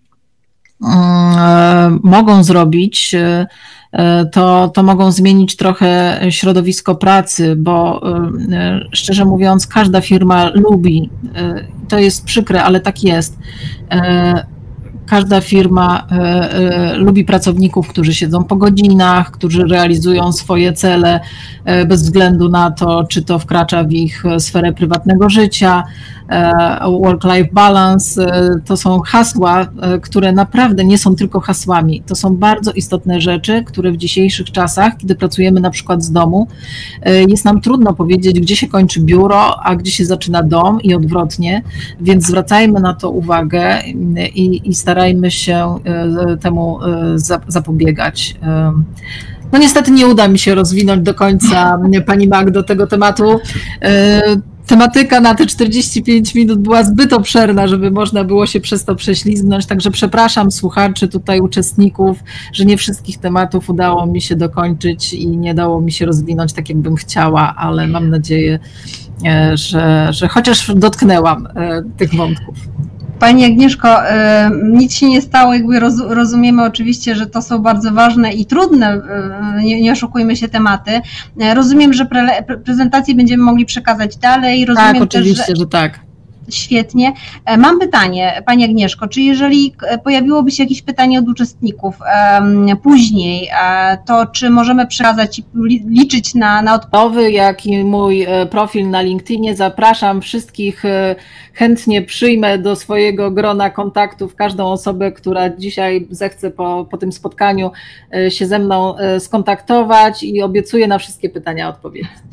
Speaker 2: mogą zrobić, to mogą zmienić trochę środowisko pracy, bo szczerze mówiąc, każda firma lubi, to jest przykre, ale tak jest. Każda firma lubi pracowników, którzy siedzą po godzinach, którzy realizują swoje cele bez względu na to, czy to wkracza w ich sferę prywatnego życia. Work-life balance to są hasła, które naprawdę nie są tylko hasłami. To są bardzo istotne rzeczy, które w dzisiejszych czasach, kiedy pracujemy na przykład z domu, jest nam trudno powiedzieć, gdzie się kończy biuro, a gdzie się zaczyna dom i odwrotnie, więc zwracajmy na to uwagę i starajmy się temu zapobiegać. No niestety nie uda mi się rozwinąć do końca, pani Magdo, tego tematu. Tematyka na te 45 minut była zbyt obszerna, żeby można było się przez to prześlizgnąć, także przepraszam słuchaczy, tutaj uczestników, że nie wszystkich tematów udało mi się dokończyć i nie dało mi się rozwinąć tak, jakbym chciała, ale mam nadzieję, że chociaż dotknęłam tych wątków.
Speaker 1: Pani Agnieszko, nic się nie stało, jakby rozumiemy oczywiście, że to są bardzo ważne i trudne, nie oszukujmy się, tematy. Rozumiem, że prezentację będziemy mogli przekazać dalej. Rozumiem
Speaker 2: tak, oczywiście,
Speaker 1: też,
Speaker 2: że tak.
Speaker 1: Świetnie. Mam pytanie, Pani Agnieszko, czy jeżeli pojawiłoby się jakieś pytanie od uczestników później, to czy możemy przekazać i liczyć na
Speaker 2: odpowiedź? Jak i mój profil na LinkedInie, zapraszam wszystkich, chętnie przyjmę do swojego grona kontaktów każdą osobę, która dzisiaj zechce po tym spotkaniu się ze mną skontaktować i obiecuję na wszystkie pytania odpowiedzieć.